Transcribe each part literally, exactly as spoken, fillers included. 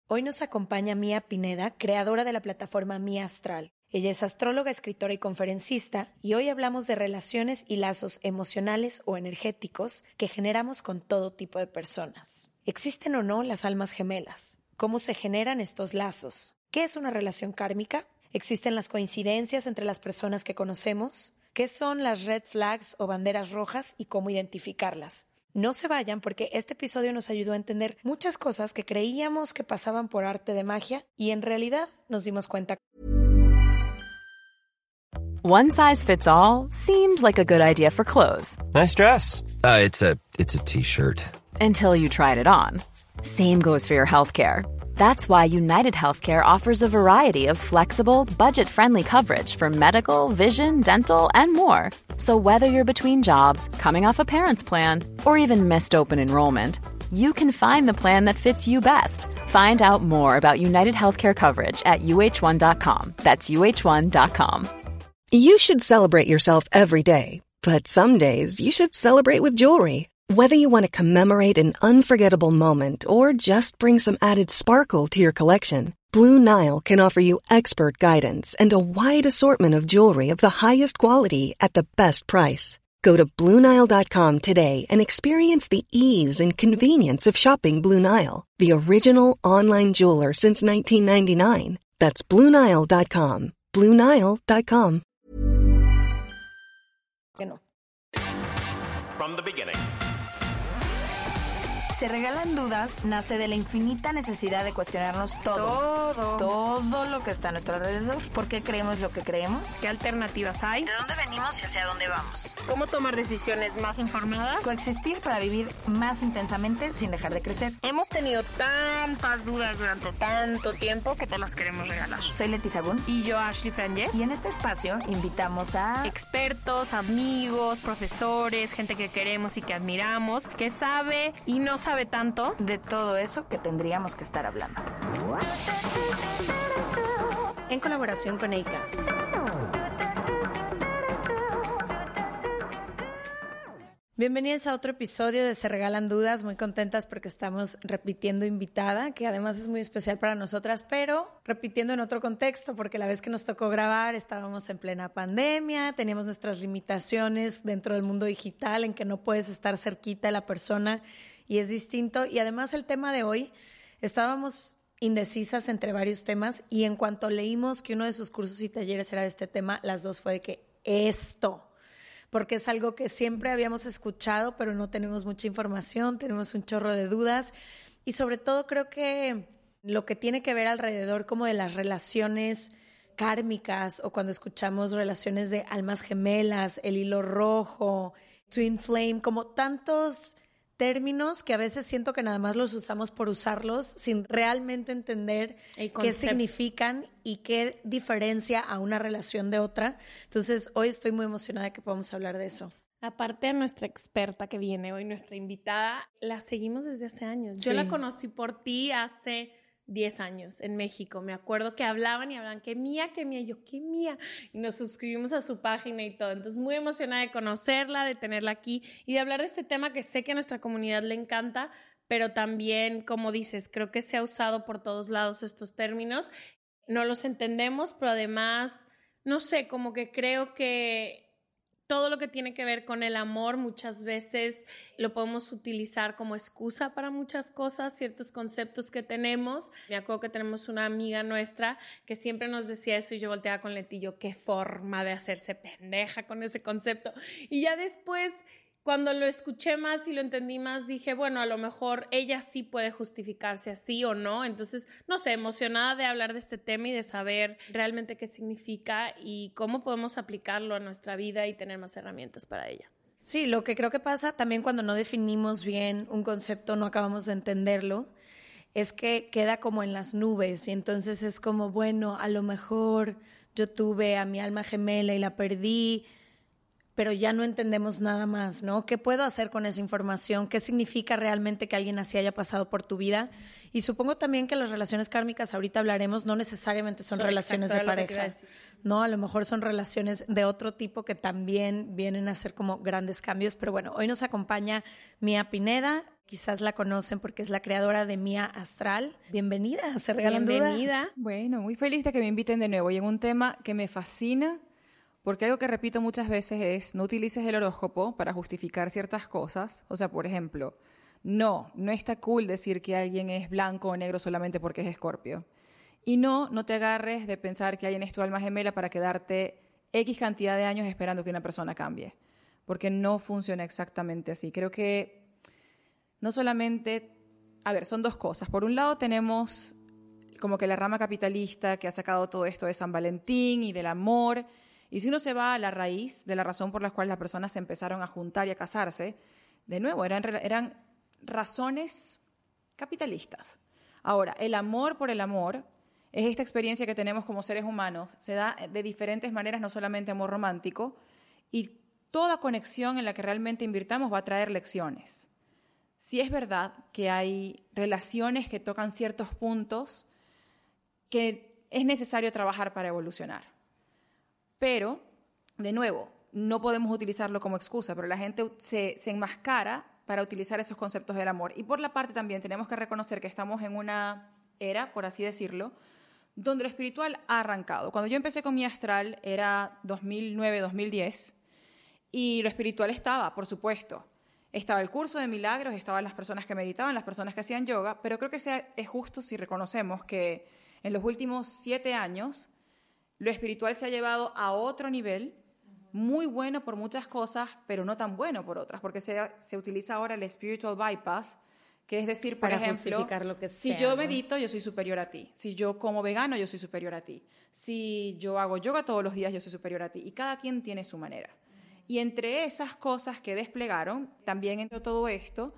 Hoy nos acompaña Mía Pineda, creadora de la plataforma Mía Astral. Ella es astróloga, escritora y conferencista, y hoy hablamos de relaciones y lazos emocionales o energéticos que generamos con todo tipo de personas. ¿Existen o no las almas gemelas? ¿Cómo se generan estos lazos? ¿Qué es una relación kármica? ¿Existen las coincidencias entre las personas que conocemos? ¿Qué son las red flags o banderas rojas y cómo identificarlas? No se vayan porque este episodio nos ayudó a entender muchas cosas que creíamos que pasaban por arte de magia y en realidad nos dimos cuenta. One size fits all seemed like a good idea for clothes. Nice dress. Uh, it's a it's a t-shirt. Until you tried it on. Same goes for your healthcare. That's why United Healthcare offers a variety of flexible, budget-friendly coverage for medical, vision, dental, and more. So whether you're between jobs, coming off a parent's plan, or even missed open enrollment, you can find the plan that fits you best. Find out more about United Healthcare coverage at U H one dot com. That's U H one dot com. You should celebrate yourself every day, but some days you should celebrate with jewelry. Whether you want to commemorate an unforgettable moment or just bring some added sparkle to your collection, Blue Nile can offer you expert guidance and a wide assortment of jewelry of the highest quality at the best price. Go to Blue Nile dot com today and experience the ease and convenience of shopping Blue Nile, the original online jeweler since nineteen ninety-nine. That's Blue Nile dot com. Blue Nile dot com. From the beginning. Se Regalan Dudas nace de la infinita necesidad de cuestionarnos todo. Todo. Todo lo que está a nuestro alrededor. ¿Por qué creemos lo que creemos? ¿Qué alternativas hay? ¿De dónde venimos y hacia dónde vamos? ¿Cómo tomar decisiones más informadas? Coexistir para vivir más intensamente sin dejar de crecer. Hemos tenido tantas dudas durante tanto tiempo que te las queremos regalar. Soy Leti Sagún. Y yo, Ashley Franje. Y en este espacio invitamos a expertos, amigos, profesores, gente que queremos y que admiramos, que sabe y no sabe tanto de todo eso que tendríamos que estar hablando. En colaboración con Acast. Bienvenidos a otro episodio de Se Regalan Dudas, muy contentas porque estamos repitiendo invitada, que además es muy especial para nosotras, pero repitiendo en otro contexto, porque la vez que nos tocó grabar estábamos en plena pandemia, teníamos nuestras limitaciones dentro del mundo digital en que no puedes estar cerquita de la persona y es distinto. Y además el tema de hoy, estábamos indecisas entre varios temas y en cuanto leímos que uno de sus cursos y talleres era de este tema, las dos fue de que esto... porque es algo que siempre habíamos escuchado, pero no tenemos mucha información, tenemos un chorro de dudas y sobre todo creo que lo que tiene que ver alrededor como de las relaciones kármicas o cuando escuchamos relaciones de almas gemelas, el hilo rojo, twin flame, como tantos términos que a veces siento que nada más los usamos por usarlos sin realmente entender qué significan y qué diferencia a una relación de otra. Entonces, hoy estoy muy emocionada de que podamos hablar de eso. Aparte a nuestra experta que viene hoy, nuestra invitada, la seguimos desde hace años. Yo Sí. la conocí por ti hace diez años en México. Me acuerdo que hablaban y hablaban, ¿qué Mía, qué Mía? Yo, ¿qué Mía? Y nos suscribimos a su página y todo. Entonces, muy emocionada de conocerla, de tenerla aquí y de hablar de este tema que sé que a nuestra comunidad le encanta, pero también, como dices, creo que se ha usado por todos lados estos términos. No los entendemos, pero además, no sé, como que creo que todo lo que tiene que ver con el amor muchas veces lo podemos utilizar como excusa para muchas cosas, ciertos conceptos que tenemos. Me acuerdo que tenemos una amiga nuestra que siempre nos decía eso y yo volteaba con Leti y yo, qué forma de hacerse pendeja con ese concepto. Y ya después, cuando lo escuché más y lo entendí más, dije, bueno, a lo mejor ella sí puede justificarse así o no. Entonces, no sé, emocionada de hablar de este tema y de saber realmente qué significa y cómo podemos aplicarlo a nuestra vida y tener más herramientas para ella. Sí, lo que creo que pasa también cuando no definimos bien un concepto, no acabamos de entenderlo, es que queda como en las nubes y entonces es como, bueno, a lo mejor yo tuve a mi alma gemela y la perdí, pero ya no entendemos nada más, ¿no? ¿Qué puedo hacer con esa información? ¿Qué significa realmente que alguien así haya pasado por tu vida? Y supongo también que las relaciones kármicas, ahorita hablaremos, no necesariamente son Soy relaciones de pareja, ¿no? A lo mejor son relaciones de otro tipo que también vienen a ser como grandes cambios. Pero bueno, hoy nos acompaña Mía Pineda. Quizás la conocen porque es la creadora de Mía Astral. Bienvenida, ¿se regalan Bienvenida. dudas? Bueno, muy feliz de que me inviten de nuevo y en un tema que me fascina, porque algo que repito muchas veces es no utilices el horóscopo para justificar ciertas cosas. O sea, por ejemplo, no, no está cool decir que alguien es blanco o negro solamente porque es Escorpio. Y no, no te agarres de pensar que alguien es tu alma gemela para quedarte X cantidad de años esperando que una persona cambie, porque no funciona exactamente así. Creo que no solamente, a ver, son dos cosas. Por un lado tenemos como que la rama capitalista que ha sacado todo esto de San Valentín y del amor. Y si uno se va a la raíz de la razón por la cual las personas se empezaron a juntar y a casarse, de nuevo, eran, eran razones capitalistas. Ahora, el amor por el amor es esta experiencia que tenemos como seres humanos. Se da de diferentes maneras, no solamente amor romántico, y toda conexión en la que realmente invirtamos va a traer lecciones. Sí es verdad que hay relaciones que tocan ciertos puntos que es necesario trabajar para evolucionar. Pero, de nuevo, no podemos utilizarlo como excusa, pero la gente se, se enmascara para utilizar esos conceptos del amor. Y por la parte también tenemos que reconocer que estamos en una era, por así decirlo, donde lo espiritual ha arrancado. Cuando yo empecé con Mía Astral era dos mil nueve, dos mil diez, y lo espiritual estaba, por supuesto. Estaba el curso de milagros, estaban las personas que meditaban, las personas que hacían yoga, pero creo que sea, es justo si reconocemos que en los últimos siete años lo espiritual se ha llevado a otro nivel, muy bueno por muchas cosas, pero no tan bueno por otras, porque se, se utiliza ahora el spiritual bypass, que es decir, por Para ejemplo, justificar lo que si sea, yo ¿no? medito, yo soy superior a ti. Si yo como vegano, yo soy superior a ti. Si yo hago yoga todos los días, yo soy superior a ti. Y cada quien tiene su manera. Y entre esas cosas que desplegaron, también entró todo esto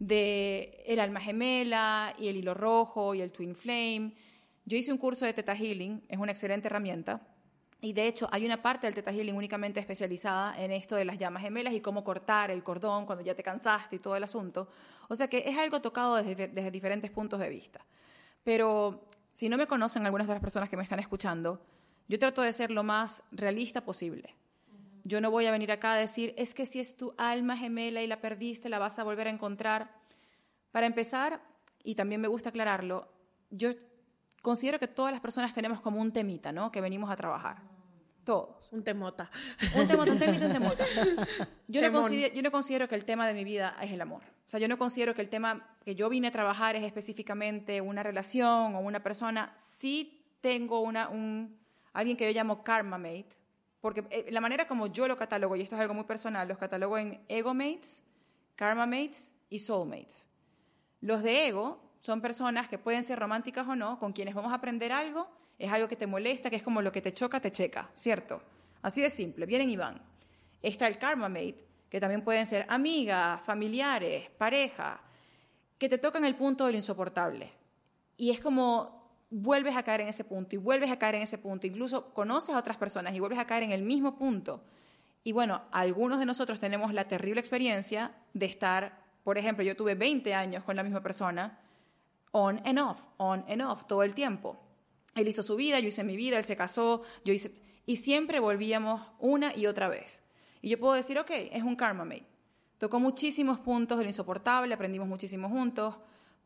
de el alma gemela y el hilo rojo y el twin flame. Yo hice un curso de Theta Healing, es una excelente herramienta. Y de hecho hay una parte del Theta Healing únicamente especializada en esto de las llamas gemelas y cómo cortar el cordón cuando ya te cansaste y todo el asunto. O sea que es algo tocado desde, desde diferentes puntos de vista. Pero si no me conocen algunas de las personas que me están escuchando, yo trato de ser lo más realista posible. Yo no voy a venir acá a decir, es que si es tu alma gemela y la perdiste, la vas a volver a encontrar. Para empezar, y también me gusta aclararlo, yo considero que todas las personas tenemos como un temita, ¿no? Que venimos a trabajar. Todos. Un temota. Un temota, un temita, un temota. Yo no, considero, yo no considero que el tema de mi vida es el amor. O sea, yo no considero que el tema que yo vine a trabajar es específicamente una relación o una persona. Sí tengo una, un, alguien que yo llamo karma mate, porque la manera como yo lo catalogo, y esto es algo muy personal, los catalogo en ego mates, karma mates y soul mates. Los de ego son personas que pueden ser románticas o no, con quienes vamos a aprender algo, es algo que te molesta, que es como lo que te choca, te checa, ¿cierto? Así de simple, vienen y van. Está el karma mate, que también pueden ser amigas, familiares, pareja, que te tocan el punto de lo insoportable. Y es como vuelves a caer en ese punto y vuelves a caer en ese punto, incluso conoces a otras personas y vuelves a caer en el mismo punto. Y bueno, algunos de nosotros tenemos la terrible experiencia de estar, por ejemplo, yo tuve veinte años con la misma persona, on and off, on and off, todo el tiempo. Él hizo su vida, yo hice mi vida, él se casó, yo hice... Y siempre volvíamos una y otra vez. Y yo puedo decir, ok, es un karma mate. Tocó muchísimos puntos de lo insoportable, aprendimos muchísimo juntos,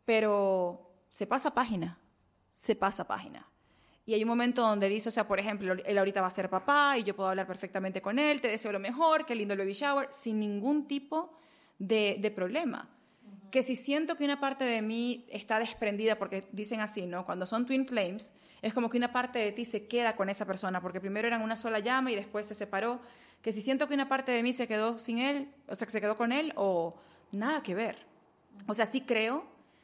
pero se pasa página. se pasa página. Y hay un momento donde dice, o sea, por ejemplo, él ahorita va a ser papá y yo puedo hablar perfectamente con él, te deseo lo mejor, qué lindo el baby shower, sin ningún tipo de, de problema. Uh-huh. Que si siento que una parte de mí está desprendida, porque dicen así, ¿no? Cuando son twin flames, es como que una parte de ti se queda con esa persona, porque primero eran una sola llama y después se separó. Que si siento que una parte de mí se quedó sin él, o sea, que se quedó con él, o nada que ver. O sea, sí creo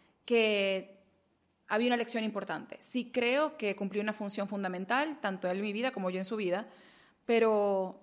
que había una lección importante. Sí creo que cumplió una función fundamental, tanto él en mi vida como yo en su vida, pero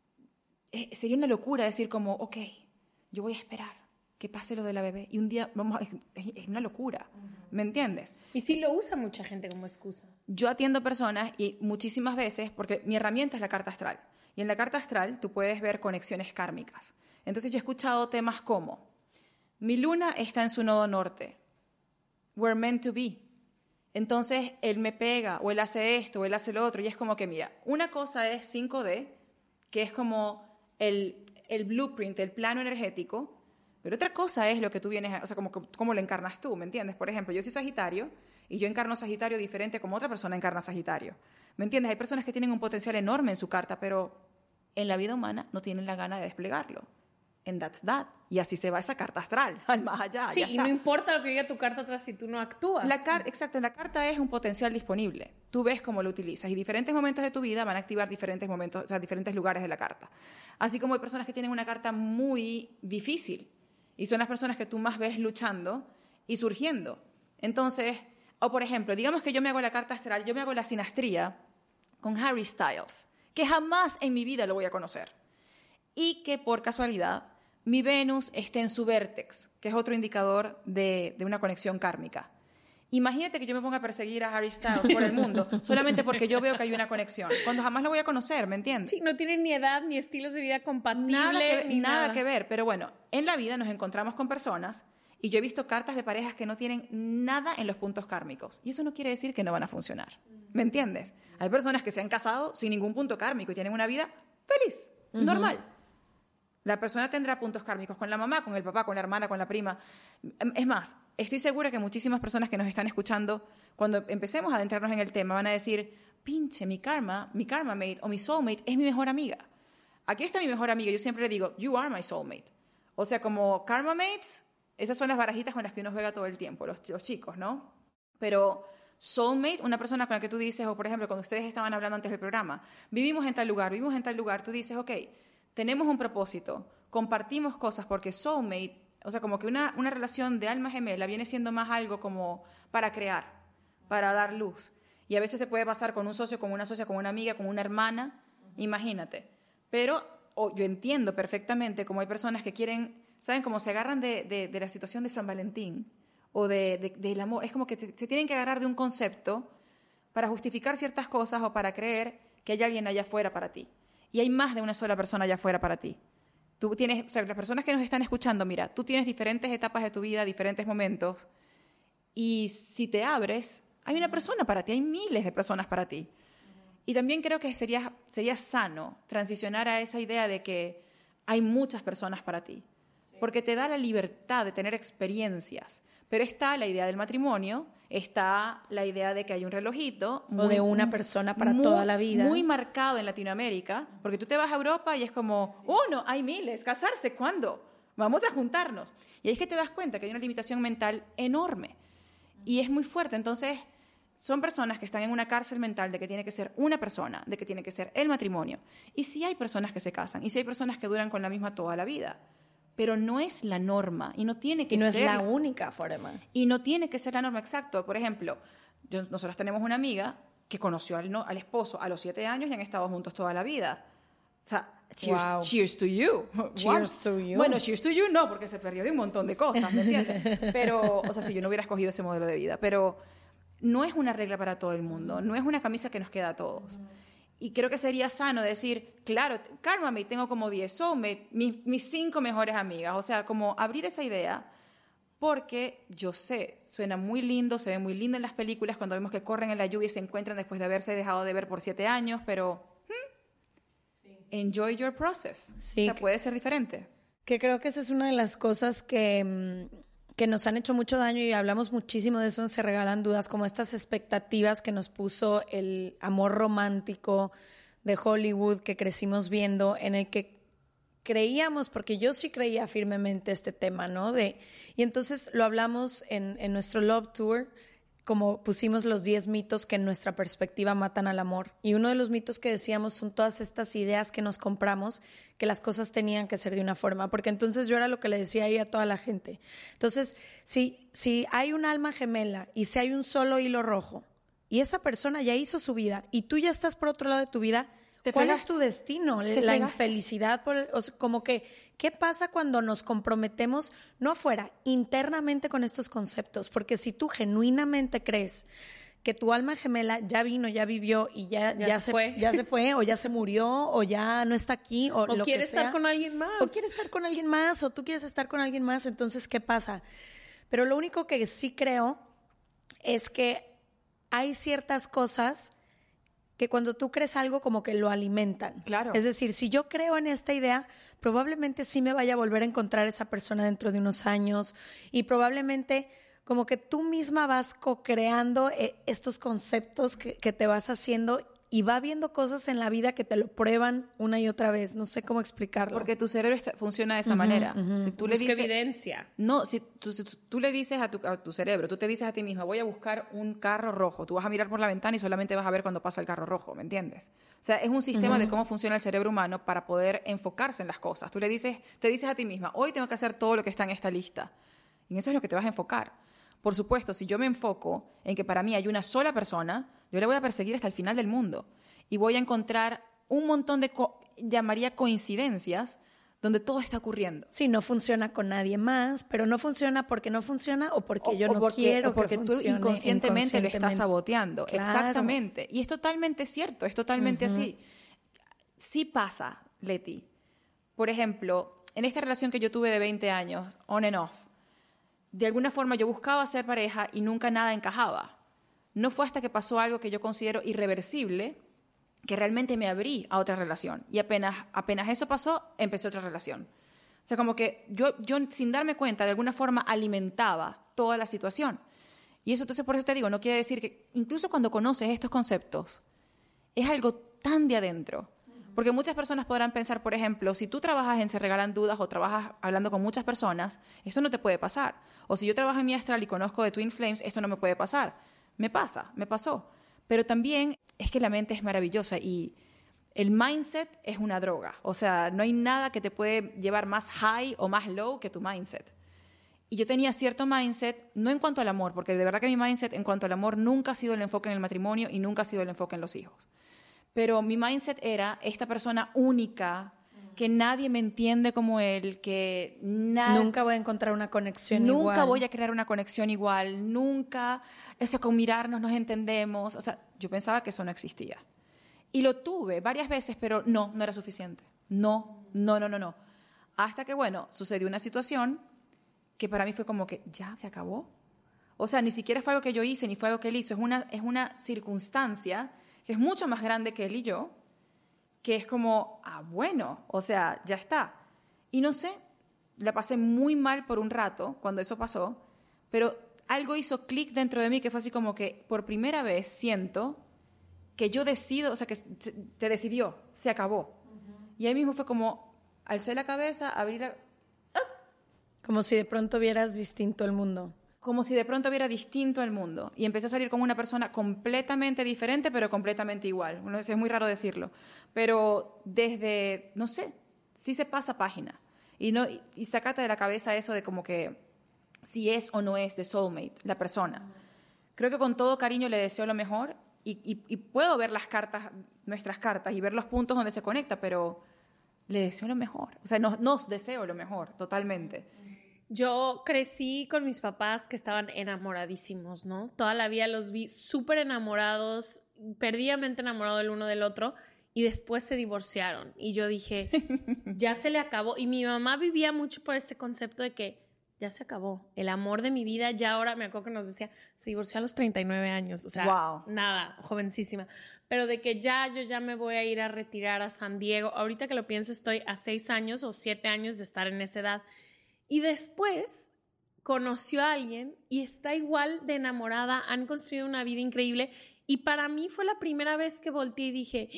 eh, sería una locura decir como, ok, yo voy a esperar que pase lo de la bebé y un día vamos a... Es, es una locura, ¿me entiendes? Y sí lo usa mucha gente como excusa. Yo atiendo personas y muchísimas veces, porque mi herramienta es la carta astral, Y en la carta astral tú puedes ver conexiones kármicas. Entonces yo he escuchado temas como, mi luna está en su nodo norte. We're meant to be. Entonces él me pega, o él hace esto, o él hace lo otro. Y es como que, mira, una cosa es cinco D, que es como el, el blueprint, el plano energético, pero otra cosa es lo que tú vienes, a, o sea, como, como lo encarnas tú, ¿me entiendes? Por ejemplo, yo soy Sagitario, y yo encarno Sagitario diferente como otra persona encarna Sagitario. ¿Me entiendes? Hay personas que tienen un potencial enorme en su carta, pero en la vida humana no tienen la gana de desplegarlo. And that's that. Y así se va esa carta astral, al más allá. Sí, ya y está. no importa lo que diga tu carta atrás si tú no actúas. La car- exacto, la carta es un potencial disponible. Tú ves cómo lo utilizas y diferentes momentos de tu vida van a activar diferentes momentos, o sea, diferentes lugares de la carta. Así como hay personas que tienen una carta muy difícil y son las personas que tú más ves luchando y surgiendo. Entonces, o por ejemplo, digamos que yo me hago la carta astral, yo me hago la sinastría con Harry Styles, que jamás en mi vida lo voy a conocer. Y que por casualidad mi Venus esté en su vértex, que es otro indicador de, de una conexión kármica. Imagínate que yo me ponga a perseguir a Harry Styles por el mundo solamente porque yo veo que hay una conexión, cuando jamás lo voy a conocer, ¿me entiendes? Sí, no tienen ni edad, ni estilos de vida compatibles, Nada que, ni nada nada que ver, pero bueno, en la vida nos encontramos con personas y yo he visto cartas de parejas que no tienen nada en los puntos kármicos. Y eso no quiere decir que no van a funcionar, ¿me entiendes? Hay personas que se han casado sin ningún punto kármico y tienen una vida feliz, uh-huh. normal. La persona tendrá puntos kármicos con la mamá, con el papá, con la hermana, con la prima. Es más, estoy segura que muchísimas personas que nos están escuchando, cuando empecemos a adentrarnos en el tema, van a decir, pinche, mi karma, mi karma mate o mi soulmate es mi mejor amiga. Aquí está mi mejor amiga. Yo siempre le digo, you are my soulmate. O sea, como karma mates, esas son las barajitas con las que uno juega todo el tiempo, los, los chicos, ¿no? Pero soulmate, una persona con la que tú dices, o por ejemplo, cuando ustedes estaban hablando antes del programa, vivimos en tal lugar, vivimos en tal lugar, tú dices, ok, tenemos un propósito, compartimos cosas, porque soulmate, o sea, como que una, una relación de alma gemela viene siendo más algo como para crear, para dar luz. Y a veces te puede pasar con un socio, con una socia, con una amiga, con una hermana, imagínate. Pero oh, yo entiendo perfectamente cómo hay personas que quieren, ¿saben? Como se agarran de, de, de la situación de San Valentín o de, de, del amor. Es como que te, se tienen que agarrar de un concepto para justificar ciertas cosas o para creer que hay alguien allá afuera para ti. Y hay más de una sola persona allá afuera para ti. Tú tienes, o sea, las personas que nos están escuchando, mira, tú tienes diferentes etapas de tu vida, diferentes momentos, y si te abres, hay una persona para ti, hay miles de personas para ti. Y también creo que sería, sería sano transicionar a esa idea de que hay muchas personas para ti, porque te da la libertad de tener experiencias. Pero está la idea del matrimonio, está la idea de que hay un relojito. Muy, o de una persona para muy, toda la vida. Muy marcado en Latinoamérica, porque tú te vas a Europa y es como, oh, no, hay miles, ¿casarse cuándo? Vamos a juntarnos. Y ahí es que te das cuenta que hay una limitación mental enorme. Y es muy fuerte. Entonces, son personas que están en una cárcel mental de que tiene que ser una persona, de que tiene que ser el matrimonio. Y sí hay personas que se casan, y sí hay personas que duran con la misma toda la vida. Pero no es la norma y no tiene que ser. Y no ser, es la única forma. Y no tiene que ser la norma, exacto. Por ejemplo, yo, nosotros tenemos una amiga que conoció al, no, al esposo a los siete años y han estado juntos toda la vida. O sea, cheers, wow. cheers to you. Cheers wow. to you. Bueno, cheers to you no, porque se perdió de un montón de cosas, ¿me entiendes? Pero, o sea, si yo no hubiera escogido ese modelo de vida. Pero no es una regla para todo el mundo, no es una camisa que nos queda a todos. Y creo que sería sano decir, claro, karma mate, tengo como diez soulmate, mis, mis cinco mejores amigas. O sea, como abrir esa idea, porque yo sé, suena muy lindo, se ve muy lindo en las películas cuando vemos que corren en la lluvia y se encuentran después de haberse dejado de ver por siete años, pero hmm, sí. Enjoy your process. Sí. O sea, puede ser diferente. Que creo que esa es una de las cosas que... que nos han hecho mucho daño, y hablamos muchísimo de eso en Se Regalan Dudas, como estas expectativas que nos puso el amor romántico de Hollywood que crecimos viendo, en el que creíamos, porque yo sí creía firmemente este tema, ¿no? De, y entonces lo hablamos en, en nuestro Love Tour, como pusimos los diez mitos que en nuestra perspectiva matan al amor. Y uno de los mitos que decíamos son todas estas ideas que nos compramos, que las cosas tenían que ser de una forma. Porque entonces yo era lo que le decía ahí a toda la gente. Entonces, si, si hay un alma gemela y si hay un solo hilo rojo y esa persona ya hizo su vida y tú ya estás por otro lado de tu vida, ¿cuál es tu destino? La infelicidad, por el, o sea, como que, ¿qué pasa cuando nos comprometemos, no afuera, internamente con estos conceptos? Porque si tú genuinamente crees que tu alma gemela ya vino, ya vivió y ya, Ya ya, se se, fue. ya se fue, o ya se murió, o ya no está aquí, o, O lo quiere que sea. estar con alguien más. O quiere estar con alguien más, o tú quieres estar con alguien más, entonces, ¿qué pasa? Pero lo único que sí creo es que hay ciertas cosas que cuando tú crees algo como que lo alimentan. Claro. Es decir, si yo creo en esta idea, probablemente sí me vaya a volver a encontrar esa persona dentro de unos años y probablemente como que tú misma vas co-creando eh, estos conceptos que, que te vas haciendo y va viendo cosas en la vida que te lo prueban una y otra vez. No sé cómo explicarlo. Porque tu cerebro está- funciona de esa manera. Si tú le Busca dices, evidencia. no, si tú, si tú- tú le dices a tu, a tu cerebro, tú te dices a ti misma, voy a buscar un carro rojo. Tú vas a mirar por la ventana y solamente vas a ver cuando pasa el carro rojo, ¿me entiendes? O sea, es un sistema de cómo funciona el cerebro humano para poder enfocarse en las cosas. Tú le dices, te dices a ti misma, hoy tengo que hacer todo lo que está en esta lista. Y en eso es lo que te vas a enfocar. Por supuesto, si yo me enfoco en que para mí hay una sola persona, yo le voy a perseguir hasta el final del mundo. Y voy a encontrar un montón de, co- llamaría coincidencias, donde todo está ocurriendo. Sí, no funciona con nadie más, pero no funciona porque no funciona o porque O- yo o no porque, quiero o porque que tú funcione inconscientemente lo estás inconscientemente. saboteando. Claro. Exactamente. Y es totalmente cierto, es totalmente así. Sí pasa, Leti. Por ejemplo, en esta relación que yo tuve de veinte años, on and off, de alguna forma yo buscaba ser pareja y nunca nada encajaba. No fue hasta que pasó algo que yo considero irreversible que realmente me abrí a otra relación. Y apenas, apenas eso pasó, empecé otra relación. O sea, como que yo, yo, sin darme cuenta, de alguna forma alimentaba toda la situación. Y eso, entonces, por eso te digo, no quiere decir que, incluso cuando conoces estos conceptos, es algo tan de adentro. Porque muchas personas podrán pensar, por ejemplo, si tú trabajas en Se Regalan Dudas o trabajas hablando con muchas personas, esto no te puede pasar. O si yo trabajo en mi astral y conozco de Twin Flames, esto no me puede pasar. Me pasa, me pasó. Pero también es que la mente es maravillosa y el mindset es una droga. O sea, no hay nada que te puede llevar más high o más low que tu mindset. Y yo tenía cierto mindset, no en cuanto al amor, porque de verdad que mi mindset en cuanto al amor nunca ha sido el enfoque en el matrimonio y nunca ha sido el enfoque en los hijos. Pero mi mindset era esta persona única, que nadie me entiende como él, que nada... Nunca voy a encontrar una conexión Nunca igual. voy a crear una conexión igual, nunca, eso con mirarnos nos entendemos. O sea, yo pensaba que eso no existía. Y lo tuve varias veces, pero no, no era suficiente. No, no, no, no, no. Hasta que, bueno, sucedió una situación que para mí fue como que, ¿ya se acabó? O sea, ni siquiera fue algo que yo hice, ni fue algo que él hizo. Es una, es una circunstancia que es mucho más grande que él y yo, que es como, ah, bueno, o sea, ya está. Y no sé, la pasé muy mal por un rato cuando eso pasó, pero algo hizo clic dentro de mí que fue así como que por primera vez siento que yo decido, o sea, que se, se decidió, se acabó. Uh-huh. Y ahí mismo fue como, alcé la cabeza, abrí la... ¡Ah! Como si de pronto vieras distinto el mundo. Como si de pronto viera distinto el mundo. Y empecé a salir como una persona completamente diferente, pero completamente igual. Bueno, es muy raro decirlo. Pero desde, no sé, sí se pasa página. Y, no, y, y sacate de la cabeza eso de como que si es o no es de soulmate la persona. Creo que con todo cariño le deseo lo mejor y, y, y puedo ver las cartas, nuestras cartas y ver los puntos donde se conecta, pero le deseo lo mejor. O sea, nos, nos deseo lo mejor, totalmente. Yo crecí con mis papás que estaban enamoradísimos, ¿no? Toda la vida los vi súper enamorados, perdidamente enamorados el uno del otro, y después se divorciaron. Y yo dije, ya se le acabó. Y mi mamá vivía mucho por este concepto de que ya se acabó. El amor de mi vida ya ahora, me acuerdo que nos decía, se divorció a los treinta y nueve años. O sea, wow. Nada, jovencísima. Pero de que ya yo ya me voy a ir a retirar a San Diego. Ahorita que lo pienso, estoy a seis años o siete años de estar en esa edad. Y después conoció a alguien y está igual de enamorada, han construido una vida increíble. Y para mí fue la primera vez que volteé y dije,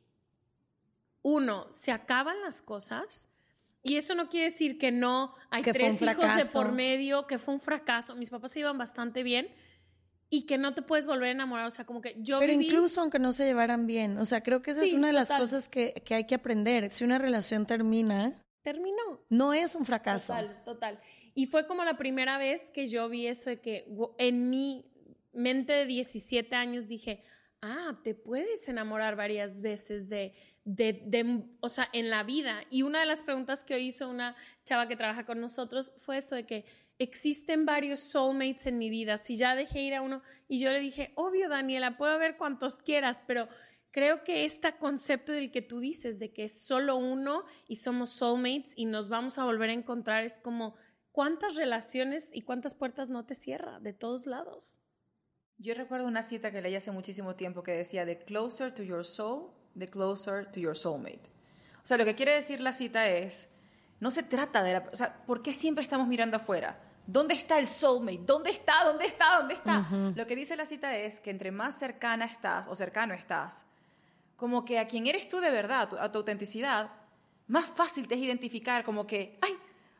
uno, se acaban las cosas. Y eso no quiere decir que no, hay que tres hijos de por medio, que fue un fracaso. Mis papás se iban bastante bien y que no te puedes volver a enamorar. O sea, como que yo Pero viví... incluso aunque no se llevaran bien. O sea, creo que esa Sí, es una de total. las cosas que, que hay que aprender. Si una relación termina... Terminó. No es un fracaso. Total, total. Y fue como la primera vez que yo vi eso de que en mi mente de diecisiete años dije, ah, te puedes enamorar varias veces de, de, de, o sea, en la vida. Y una de las preguntas que hoy hizo una chava que trabaja con nosotros fue eso de que existen varios soulmates en mi vida. Si ya dejé ir a uno, y yo le dije, obvio, Daniela, puedo haber cuantos quieras, pero creo que este concepto del que tú dices, de que es solo uno y somos soulmates y nos vamos a volver a encontrar, es como, ¿cuántas relaciones y cuántas puertas no te cierra de todos lados? Yo recuerdo una cita que leí hace muchísimo tiempo que decía, the closer to your soul, the closer to your soulmate. O sea, lo que quiere decir la cita es, no se trata de la... O sea, ¿por qué siempre estamos mirando afuera? ¿Dónde está el soulmate? ¿Dónde está? ¿Dónde está? ¿Dónde está? Uh-huh. Lo que dice la cita es que entre más cercana estás o cercano estás, como que a quien eres tú de verdad, a tu, a tu autenticidad, más fácil te es identificar como que, ay,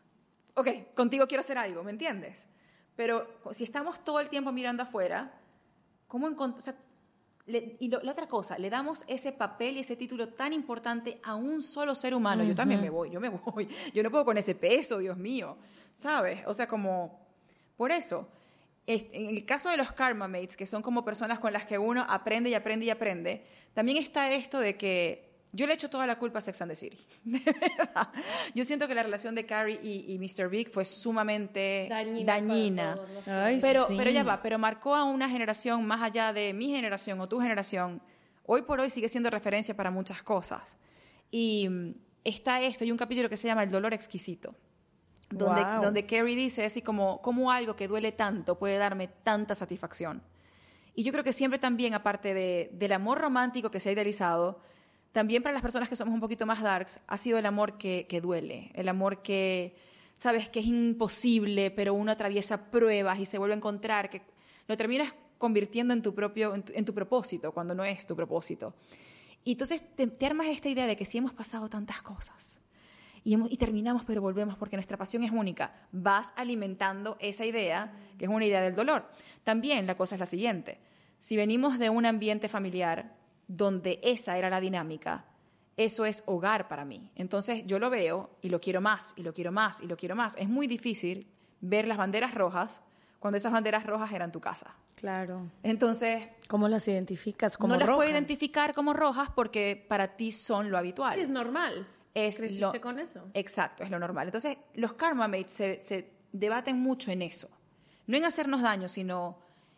ok, contigo quiero hacer algo, ¿me entiendes? Pero si estamos todo el tiempo mirando afuera, ¿cómo encontrar? O sea, le, y lo, la otra cosa, le damos ese papel y ese título tan importante a un solo ser humano. Uh-huh. Yo también me voy, yo me voy. Yo no puedo con ese peso, Dios mío, ¿sabes? O sea, como, por eso, en el caso de los karma mates, que son como personas con las que uno aprende y aprende y aprende, también está esto de que yo le echo toda la culpa a Sex and the City. De verdad. Yo siento que la relación de Carrie y, y míster Big fue sumamente dañina. dañina. Ay, pero, sí. pero ya va, pero marcó a una generación más allá de mi generación o tu generación. Hoy por hoy sigue siendo referencia para muchas cosas. Y está esto, hay un capítulo que se llama El dolor exquisito. Donde, wow. donde Carrie dice así como, como algo que duele tanto puede darme tanta satisfacción. Y yo creo que siempre también, aparte de, del amor romántico que se ha idealizado, también para las personas que somos un poquito más darks, ha sido el amor que, que duele, el amor que, sabes, que es imposible, pero uno atraviesa pruebas y se vuelve a encontrar, que lo terminas convirtiendo en tu propio, en tu, en tu propósito, cuando no es tu propósito. Y entonces te, te armas esta idea de que si hemos pasado tantas cosas, Y, hemos, y terminamos pero volvemos porque nuestra pasión es única, vas alimentando esa idea que es una idea del dolor. También la cosa es la siguiente, si venimos de un ambiente familiar donde esa era la dinámica, eso es hogar para mí. Entonces yo lo veo y lo quiero más, y lo quiero más, y lo quiero más. Es muy difícil ver las banderas rojas cuando esas banderas rojas eran tu casa. Claro. Entonces, ¿cómo las identificas como rojas? No las rojas? puedo identificar como rojas porque para ti son lo habitual. Sí, es normal. Es ¿Creciste lo, con eso? Exacto, es lo normal. Entonces, los karma mates se, se debaten mucho en eso. No en hacernos daño, sino...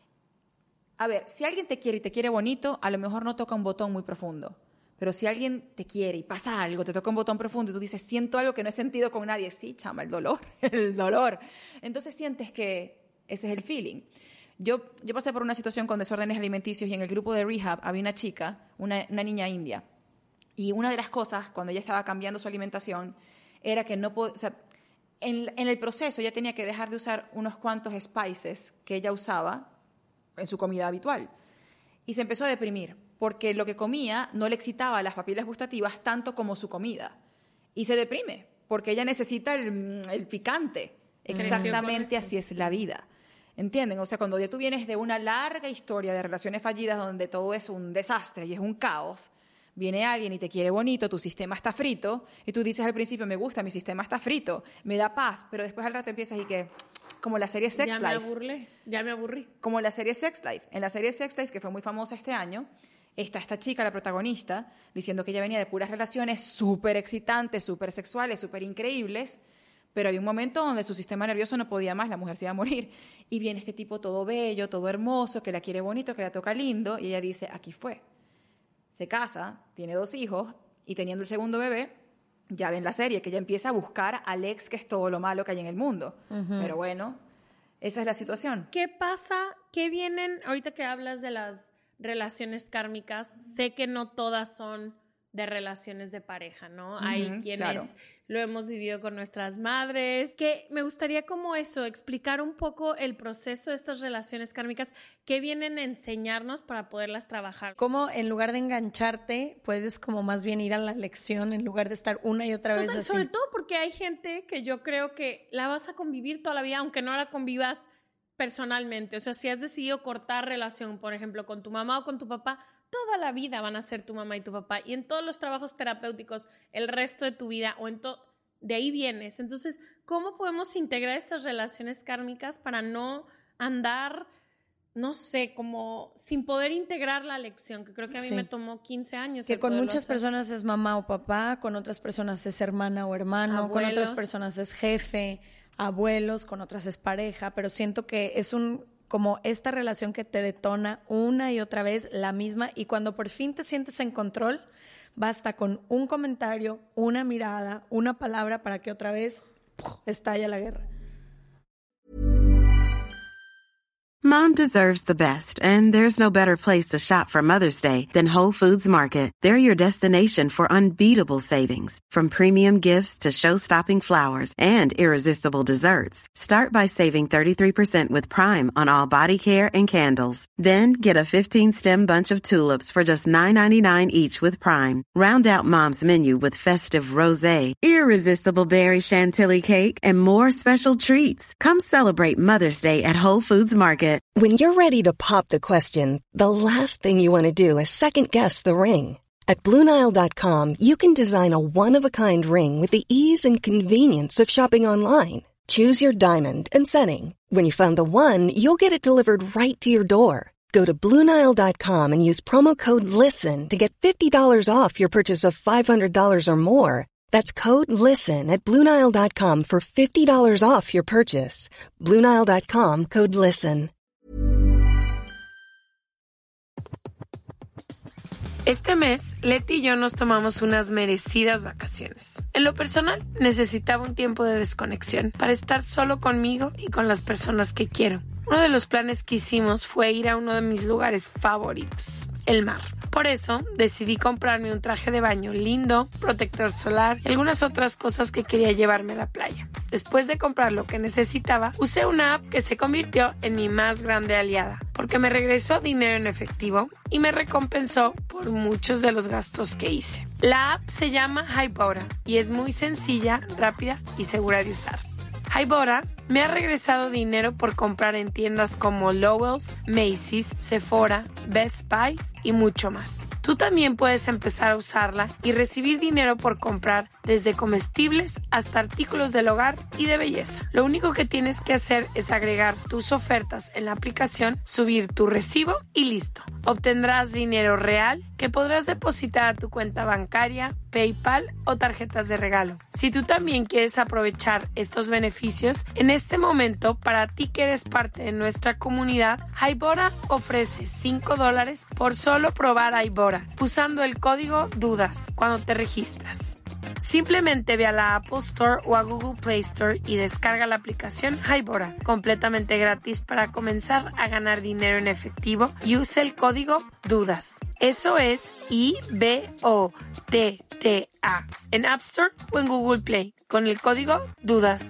A ver, si alguien te quiere y te quiere bonito, a lo mejor no toca un botón muy profundo. Pero si alguien te quiere y pasa algo, te toca un botón profundo y tú dices, siento algo que no he sentido con nadie. Sí, chama, el dolor, el dolor. Entonces sientes que ese es el feeling. Yo, yo pasé por una situación con desórdenes alimenticios y en el grupo de rehab había una chica, una, una niña india. Y una de las cosas, cuando ella estaba cambiando su alimentación, era que no podía... O sea, en, en el proceso ella tenía que dejar de usar unos cuantos spices que ella usaba en su comida habitual. Y se empezó a deprimir, porque lo que comía no le excitaba las papilas gustativas tanto como su comida. Y se deprime, porque ella necesita el, el picante. Exactamente así es la vida. ¿Entienden? O sea, cuando ya tú vienes de una larga historia de relaciones fallidas donde todo es un desastre y es un caos, viene alguien y te quiere bonito, tu sistema está frito, y tú dices al principio, me gusta, mi sistema está frito, me da paz, pero después al rato empiezas y que... Como la serie Sex ya Life. Me aburrí, ya me aburrí. Como la serie Sex Life. En la serie Sex Life, que fue muy famosa este año, está esta chica, la protagonista, diciendo que ella venía de puras relaciones súper excitantes, súper sexuales, súper increíbles, pero había un momento donde su sistema nervioso no podía más, la mujer se iba a morir. Y viene este tipo todo bello, todo hermoso, que la quiere bonito, que la toca lindo, y ella dice, aquí fue. Se casa, tiene dos hijos, y teniendo el segundo bebé, ya ven la serie, que ella empieza a buscar al ex, que es todo lo malo que hay en el mundo. Uh-huh. Pero bueno, esa es la situación. ¿Qué pasa? ¿Qué vienen? Ahorita que hablas de las relaciones kármicas, sé que no todas son de relaciones de pareja, ¿no? Uh-huh, hay quienes claro. lo hemos vivido con nuestras madres, que me gustaría como eso, explicar un poco el proceso de estas relaciones kármicas, qué vienen a enseñarnos para poderlas trabajar. Cómo en lugar de engancharte, puedes como más bien ir a la lección en lugar de estar una y otra Total, vez así. Sobre todo porque hay gente que yo creo que la vas a convivir toda la vida, aunque no la convivas personalmente. O sea, si has decidido cortar relación, por ejemplo, con tu mamá o con tu papá, toda la vida van a ser tu mamá y tu papá, y en todos los trabajos terapéuticos el resto de tu vida, o en to- de ahí vienes. Entonces, ¿cómo podemos integrar estas relaciones kármicas para no andar, no sé, como sin poder integrar la lección? Que creo que a mí sí. me tomó quince años. Que con muchas hacer. personas es mamá o papá, con otras personas es hermana o hermano, Abuelos. con otras personas es jefe, abuelos, con otras es pareja, pero siento que es un como esta relación que te detona una y otra vez la misma, y cuando por fin te sientes en control, basta con un comentario, una mirada, una palabra para que otra vez ¡puf!, estalla la guerra. Mom deserves the best, and there's no better place to shop for Mother's Day than Whole Foods Market. They're your destination for unbeatable savings, from premium gifts to show-stopping flowers and irresistible desserts. Start by saving thirty-three percent with Prime on all body care and candles. Then get a fifteen-stem bunch of tulips for just nine ninety-nine each with Prime. Round out Mom's menu with festive rosé, irresistible berry chantilly cake, and more special treats. Come celebrate Mother's Day at Whole Foods Market. When you're ready to pop the question, the last thing you want to do is second-guess the ring. At Blue Nile dot com, you can design a one-of-a-kind ring with the ease and convenience of shopping online. Choose your diamond and setting. When you find the one, you'll get it delivered right to your door. Go to Blue Nile dot com and use promo code LISTEN to get fifty dollars off your purchase of five hundred dollars or more. That's code LISTEN at Blue Nile dot com for fifty dollars off your purchase. Blue Nile dot com, code LISTEN. Este mes, Leti y yo nos tomamos unas merecidas vacaciones. En lo personal, necesitaba un tiempo de desconexión para estar solo conmigo y con las personas que quiero. Uno de los planes que hicimos fue ir a uno de mis lugares favoritos, el mar. Por eso, decidí comprarme un traje de baño lindo, protector solar y algunas otras cosas que quería llevarme a la playa. Después de comprar lo que necesitaba, usé una app que se convirtió en mi más grande aliada, porque me regresó dinero en efectivo y me recompensó por muchos de los gastos que hice. La app se llama Hybora y es muy sencilla, rápida y segura de usar. Hybora me ha regresado dinero por comprar en tiendas como Lowell's, Macy's, Sephora, Best Buy y mucho más. Tú también puedes empezar a usarla y recibir dinero por comprar desde comestibles hasta artículos del hogar y de belleza. Lo único que tienes que hacer es agregar tus ofertas en la aplicación, subir tu recibo y listo. Obtendrás dinero real que podrás depositar a tu cuenta bancaria, PayPal o tarjetas de regalo. Si tú también quieres aprovechar estos beneficios, en este momento, para ti que eres parte de nuestra comunidad, Hybora ofrece cinco dólares por solo probar Hybora, usando el código DUDAS cuando te registras. Simplemente ve a la Apple Store o a Google Play Store y descarga la aplicación Hybora, completamente gratis para comenzar a ganar dinero en efectivo, y usa el código DUDAS. Eso es I B O T T A en App Store o en Google Play con el código DUDAS.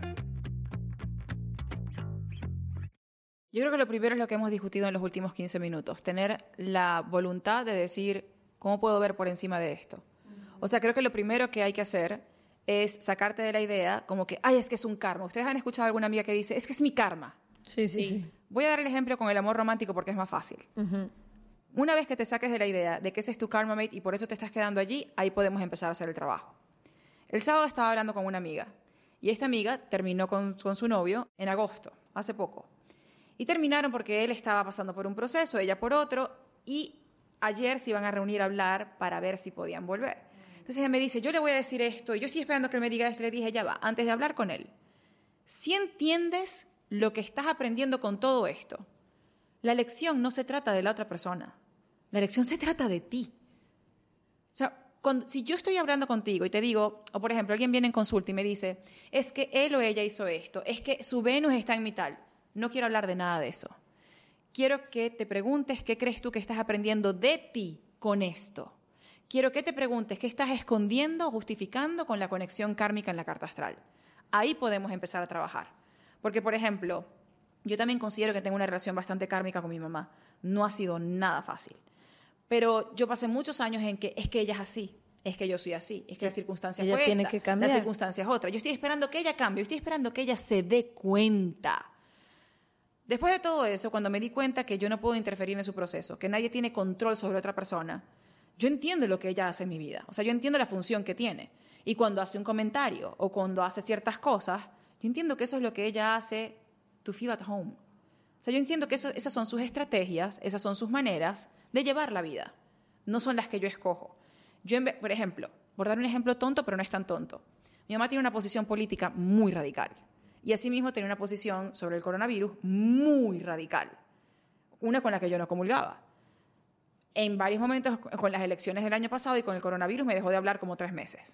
Yo creo que lo primero es lo que hemos discutido en los últimos quince minutos, tener la voluntad de decir, ¿cómo puedo ver por encima de esto? O sea, creo que lo primero que hay que hacer es sacarte de la idea como que, ay, es que es un karma. ¿Ustedes han escuchado a alguna amiga que dice, es que es mi karma? Sí, sí, sí. sí. Voy a dar el ejemplo con el amor romántico porque es más fácil. Uh-huh. Una vez que te saques de la idea de que ese es tu karma mate y por eso te estás quedando allí, ahí podemos empezar a hacer el trabajo. El sábado estaba hablando con una amiga y esta amiga terminó con, con su novio en agosto, hace poco. Y terminaron porque él estaba pasando por un proceso, ella por otro, y ayer se iban a reunir a hablar para ver si podían volver. Entonces ella me dice, yo le voy a decir esto, y yo estoy esperando que él me diga esto. Le dije, ya va, antes de hablar con él, si entiendes lo que estás aprendiendo con todo esto, la lección no se trata de la otra persona, la lección se trata de ti. O sea, cuando, si yo estoy hablando contigo y te digo, o por ejemplo, alguien viene en consulta y me dice, es que él o ella hizo esto, es que su Venus está en mi tal. No quiero hablar de nada de eso. Quiero que te preguntes qué crees tú que estás aprendiendo de ti con esto. Quiero que te preguntes qué estás escondiendo o justificando con la conexión kármica en la carta astral. Ahí podemos empezar a trabajar. Porque, por ejemplo, yo también considero que tengo una relación bastante kármica con mi mamá. No ha sido nada fácil. Pero yo pasé muchos años en que es que ella es así, es que yo soy así, es que la circunstancia ella fue tiene esta, que cambiar. La circunstancia es otra. Yo estoy esperando que ella cambie, yo estoy esperando que ella se dé cuenta. Después de todo eso, cuando me di cuenta que yo no puedo interferir en su proceso, que nadie tiene control sobre otra persona, yo entiendo lo que ella hace en mi vida. O sea, yo entiendo la función que tiene. Y cuando hace un comentario o cuando hace ciertas cosas, yo entiendo que eso es lo que ella hace to feel at home. O sea, yo entiendo que eso, esas son sus estrategias, esas son sus maneras de llevar la vida. No son las que yo escojo. Yo, por ejemplo, por dar un ejemplo tonto, pero no es tan tonto. Mi mamá tiene una posición política muy radical. Y asimismo tenía una posición sobre el coronavirus muy radical, una con la que yo no comulgaba. En varios momentos, con las elecciones del año pasado y con el coronavirus, me dejó de hablar como tres meses.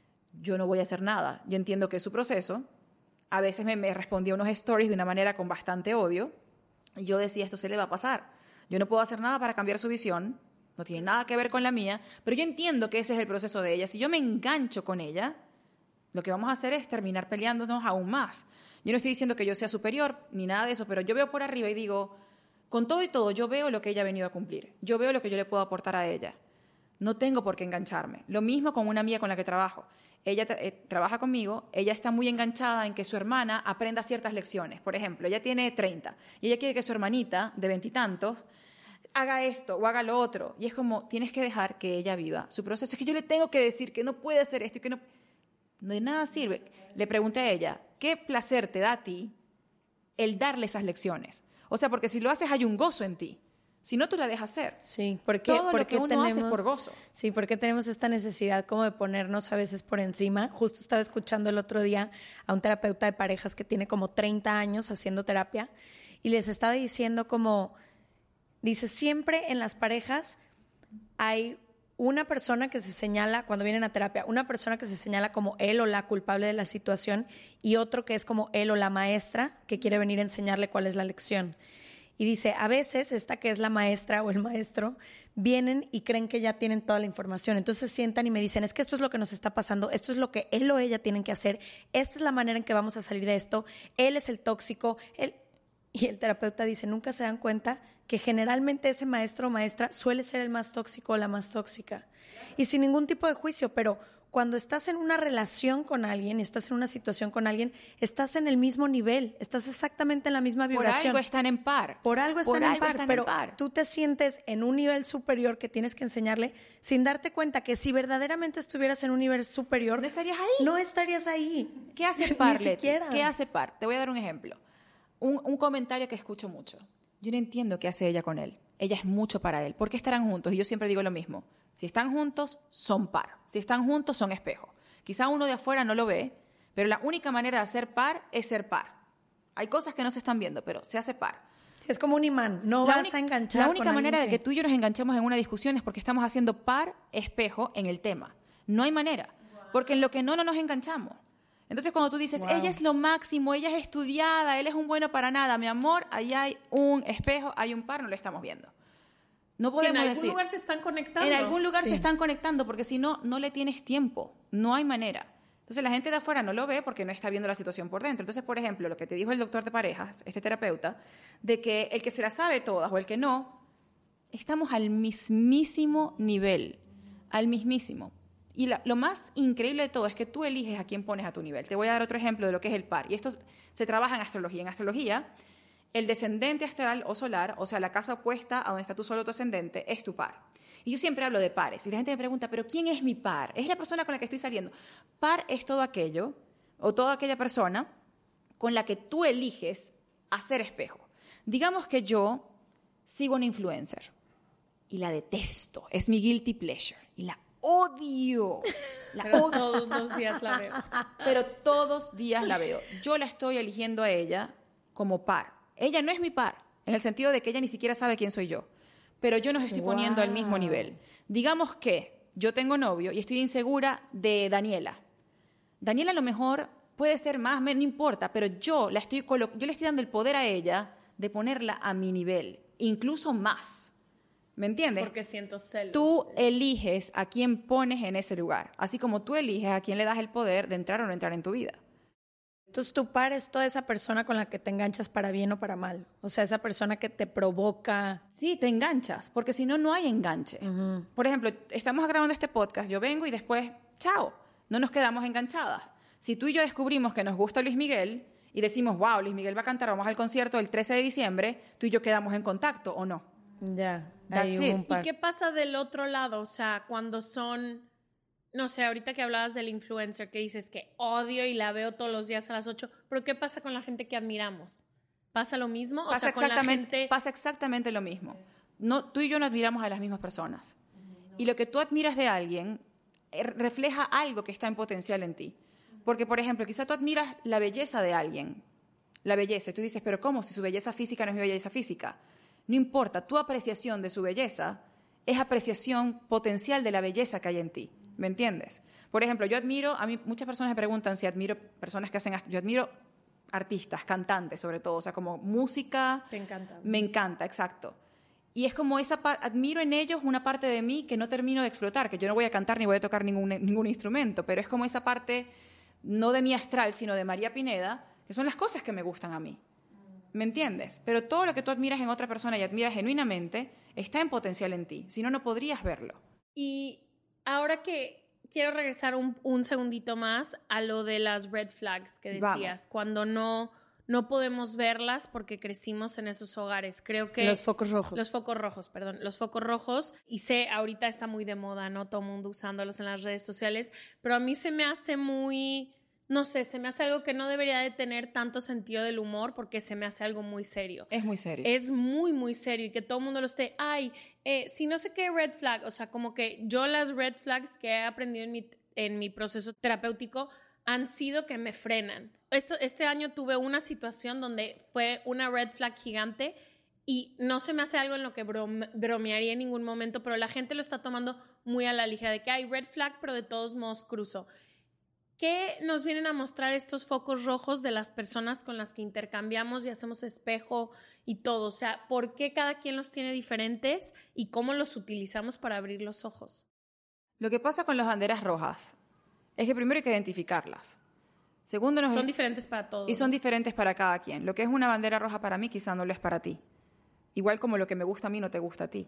Yo no voy a hacer nada. Yo entiendo que es su proceso. A veces me, me respondía unos stories de una manera con bastante odio. Y yo decía, esto se le va a pasar. Yo no puedo hacer nada para cambiar su visión. No tiene nada que ver con la mía. Pero yo entiendo que ese es el proceso de ella. Si yo me engancho con ella, lo que vamos a hacer es terminar peleándonos aún más. Yo no estoy diciendo que yo sea superior ni nada de eso, pero yo veo por arriba y digo, con todo y todo, yo veo lo que ella ha venido a cumplir. Yo veo lo que yo le puedo aportar a ella. No tengo por qué engancharme. Lo mismo con una amiga con la que trabajo. Ella tra- eh, trabaja conmigo, ella está muy enganchada en que su hermana aprenda ciertas lecciones. Por ejemplo, ella tiene treinta y ella quiere que su hermanita de veintitantos haga esto o haga lo otro. Y es como, tienes que dejar que ella viva su proceso. Es que yo le tengo que decir que no puede hacer esto y que no... De nada sirve. Le pregunté a ella, ¿qué placer te da a ti el darle esas lecciones? O sea, porque si lo haces hay un gozo en ti. Si no, tú la dejas hacer. Sí, porque todo porque lo que uno tenemos, hace por gozo. Sí, porque tenemos esta necesidad como de ponernos a veces por encima. Justo estaba escuchando el otro día a un terapeuta de parejas que tiene como treinta años haciendo terapia y les estaba diciendo como, dice, siempre en las parejas hay una persona que se señala, cuando vienen a terapia, una persona que se señala como él o la culpable de la situación y otro que es como él o la maestra que quiere venir a enseñarle cuál es la lección. Y dice, a veces esta que es la maestra o el maestro vienen y creen que ya tienen toda la información. Entonces se sientan y me dicen, es que esto es lo que nos está pasando, esto es lo que él o ella tienen que hacer, esta es la manera en que vamos a salir de esto, él es el tóxico, él... Y el terapeuta dice, nunca se dan cuenta que generalmente ese maestro o maestra suele ser el más tóxico o la más tóxica. Y sin ningún tipo de juicio, pero cuando estás en una relación con alguien, estás en una situación con alguien, estás en el mismo nivel, estás exactamente en la misma vibración. Por algo están en par. Por algo están, Por en, algo par, están pero en par. Tú te sientes en un nivel superior que tienes que enseñarle sin darte cuenta que si verdaderamente estuvieras en un nivel superior... No estarías ahí. No estarías ahí. ¿Qué hace par, Ni Leti? siquiera. ¿Qué hace par? Te voy a dar un ejemplo. Un, un comentario que escucho mucho. Yo no entiendo qué hace ella con él. Ella es mucho para él. ¿Por qué estarán juntos? Y yo siempre digo lo mismo. Si están juntos, son par. Si están juntos, son espejo. Quizá uno de afuera no lo ve, pero la única manera de ser par es ser par. Hay cosas que no se están viendo, pero se hace par. Es como un imán. No La vas única- a enganchar La única con manera de alguien que tú y yo nos enganchemos en una discusión es porque estamos haciendo par espejo en el tema. No hay manera. Porque en lo que no, no nos enganchamos. Entonces, cuando tú dices, Wow. ella es lo máximo, ella es estudiada, él es un bueno para nada, mi amor, ahí hay un espejo, hay un par, no lo estamos viendo. No Sí, podemos en algún decir. lugar se están conectando. En algún lugar Sí. se están conectando, porque si no, no le tienes tiempo. No hay manera. Entonces, la gente de afuera no lo ve porque no está viendo la situación por dentro. Entonces, por ejemplo, lo que te dijo el doctor de parejas, este terapeuta, de que el que se la sabe todas o el que no, estamos al mismísimo nivel. Al mismísimo. Y la- lo más increíble de todo es que tú eliges a quién pones a tu nivel. Te voy a dar otro ejemplo de lo que es el par. Y esto se trabaja en astrología. En astrología, el descendente astral o solar, o sea, la casa opuesta a donde está tu sol o tu ascendente, es tu par. Y yo siempre hablo de pares. Y la gente me pregunta, ¿pero quién es mi par? Es la persona con la que estoy saliendo. Par es todo aquello, o toda aquella persona con la que tú eliges hacer espejo. Digamos que yo sigo una influencer y la detesto. Es mi guilty pleasure. Y la odio. La Pero odio. todos los días la veo. Pero todos días la veo. Yo la estoy eligiendo a ella como par. Ella no es mi par, en el sentido de que ella ni siquiera sabe quién soy yo. Pero yo nos estoy Wow. poniendo al mismo nivel. Digamos que yo tengo novio y estoy insegura de Daniela. Daniela a lo mejor puede ser más, me- no importa, pero yo, la estoy colo- yo le estoy dando el poder a ella de ponerla a mi nivel, incluso más. ¿Me entiendes? Porque siento celos. Tú eliges a quién pones en ese lugar, así como tú eliges a quién le das el poder de entrar o no entrar en tu vida. Entonces tu par es toda esa persona con la que te enganchas para bien o para mal. O sea, esa persona que te provoca. Sí, te enganchas, porque si no, no hay enganche. Por ejemplo, estamos grabando este podcast, yo vengo y después, chao, no nos quedamos enganchadas. Si tú y yo descubrimos que nos gusta Luis Miguel y decimos, wow, Luis Miguel va a cantar, vamos al concierto el trece de diciembre, tú y yo quedamos en contacto, ¿o no? Ya, That's hay it. un ¿Y par. qué pasa del otro lado? O sea, cuando son, no sé, ahorita que hablabas del influencer, que dices que odio y la veo todos los días a las ocho, pero ¿qué pasa con la gente que admiramos? ¿Pasa lo mismo? O Pasa, sea, con la exactamente, gente... pasa exactamente lo mismo. No, tú y yo no admiramos a las mismas personas. Y lo que tú admiras de alguien eh, refleja algo que está en potencial en ti. Porque, por ejemplo, quizá tú admiras la belleza de alguien, la belleza, y tú dices, pero ¿cómo? Si su belleza física no es mi belleza física. No importa, tu apreciación de su belleza es apreciación potencial de la belleza que hay en ti, ¿me entiendes? Por ejemplo, yo admiro, a mí muchas personas me preguntan si admiro personas que hacen, yo admiro artistas, cantantes sobre todo, o sea, como música. Te encanta. Me encanta, exacto. Y es como esa parte, admiro en ellos una parte de mí que no termino de explotar, que yo no voy a cantar ni voy a tocar ningún, ningún instrumento, pero es como esa parte, no de mi astral, sino de María Pineda, que son las cosas que me gustan a mí. ¿Me entiendes? Pero todo lo que tú admiras en otra persona y admiras genuinamente está en potencial en ti, si no, no podrías verlo. Y ahora que quiero regresar un, un segundito más a lo de las red flags que decías, Vamos. cuando no, no podemos verlas porque crecimos en esos hogares. Creo que... Los focos rojos. Los focos rojos, perdón. Los focos rojos. Y sé, ahorita está muy de moda, ¿no? Todo el mundo usándolos en las redes sociales. Pero a mí se me hace muy... No sé, se me hace algo que no debería de tener tanto sentido del humor porque se me hace algo muy serio. Es muy serio. Es muy, muy serio y que todo el mundo lo esté, ay, eh, si no sé qué red flag, o sea, como que yo las red flags que he aprendido en mi, en mi proceso terapéutico han sido que me frenan. Esto, este año tuve una situación donde fue una red flag gigante y no se me hace algo en lo que brome, bromearía en ningún momento, pero la gente lo está tomando muy a la ligera, de que hay red flag, pero de todos modos cruzo. ¿Qué nos vienen a mostrar estos focos rojos de las personas con las que intercambiamos y hacemos espejo y todo? O sea, ¿por qué cada quien los tiene diferentes y cómo los utilizamos para abrir los ojos? Lo que pasa con las banderas rojas es que primero hay que identificarlas. Segundo, nos... son diferentes para todos. Y son diferentes para cada quien. Lo que es una bandera roja para mí quizá no lo es para ti. Igual como lo que me gusta a mí no te gusta a ti.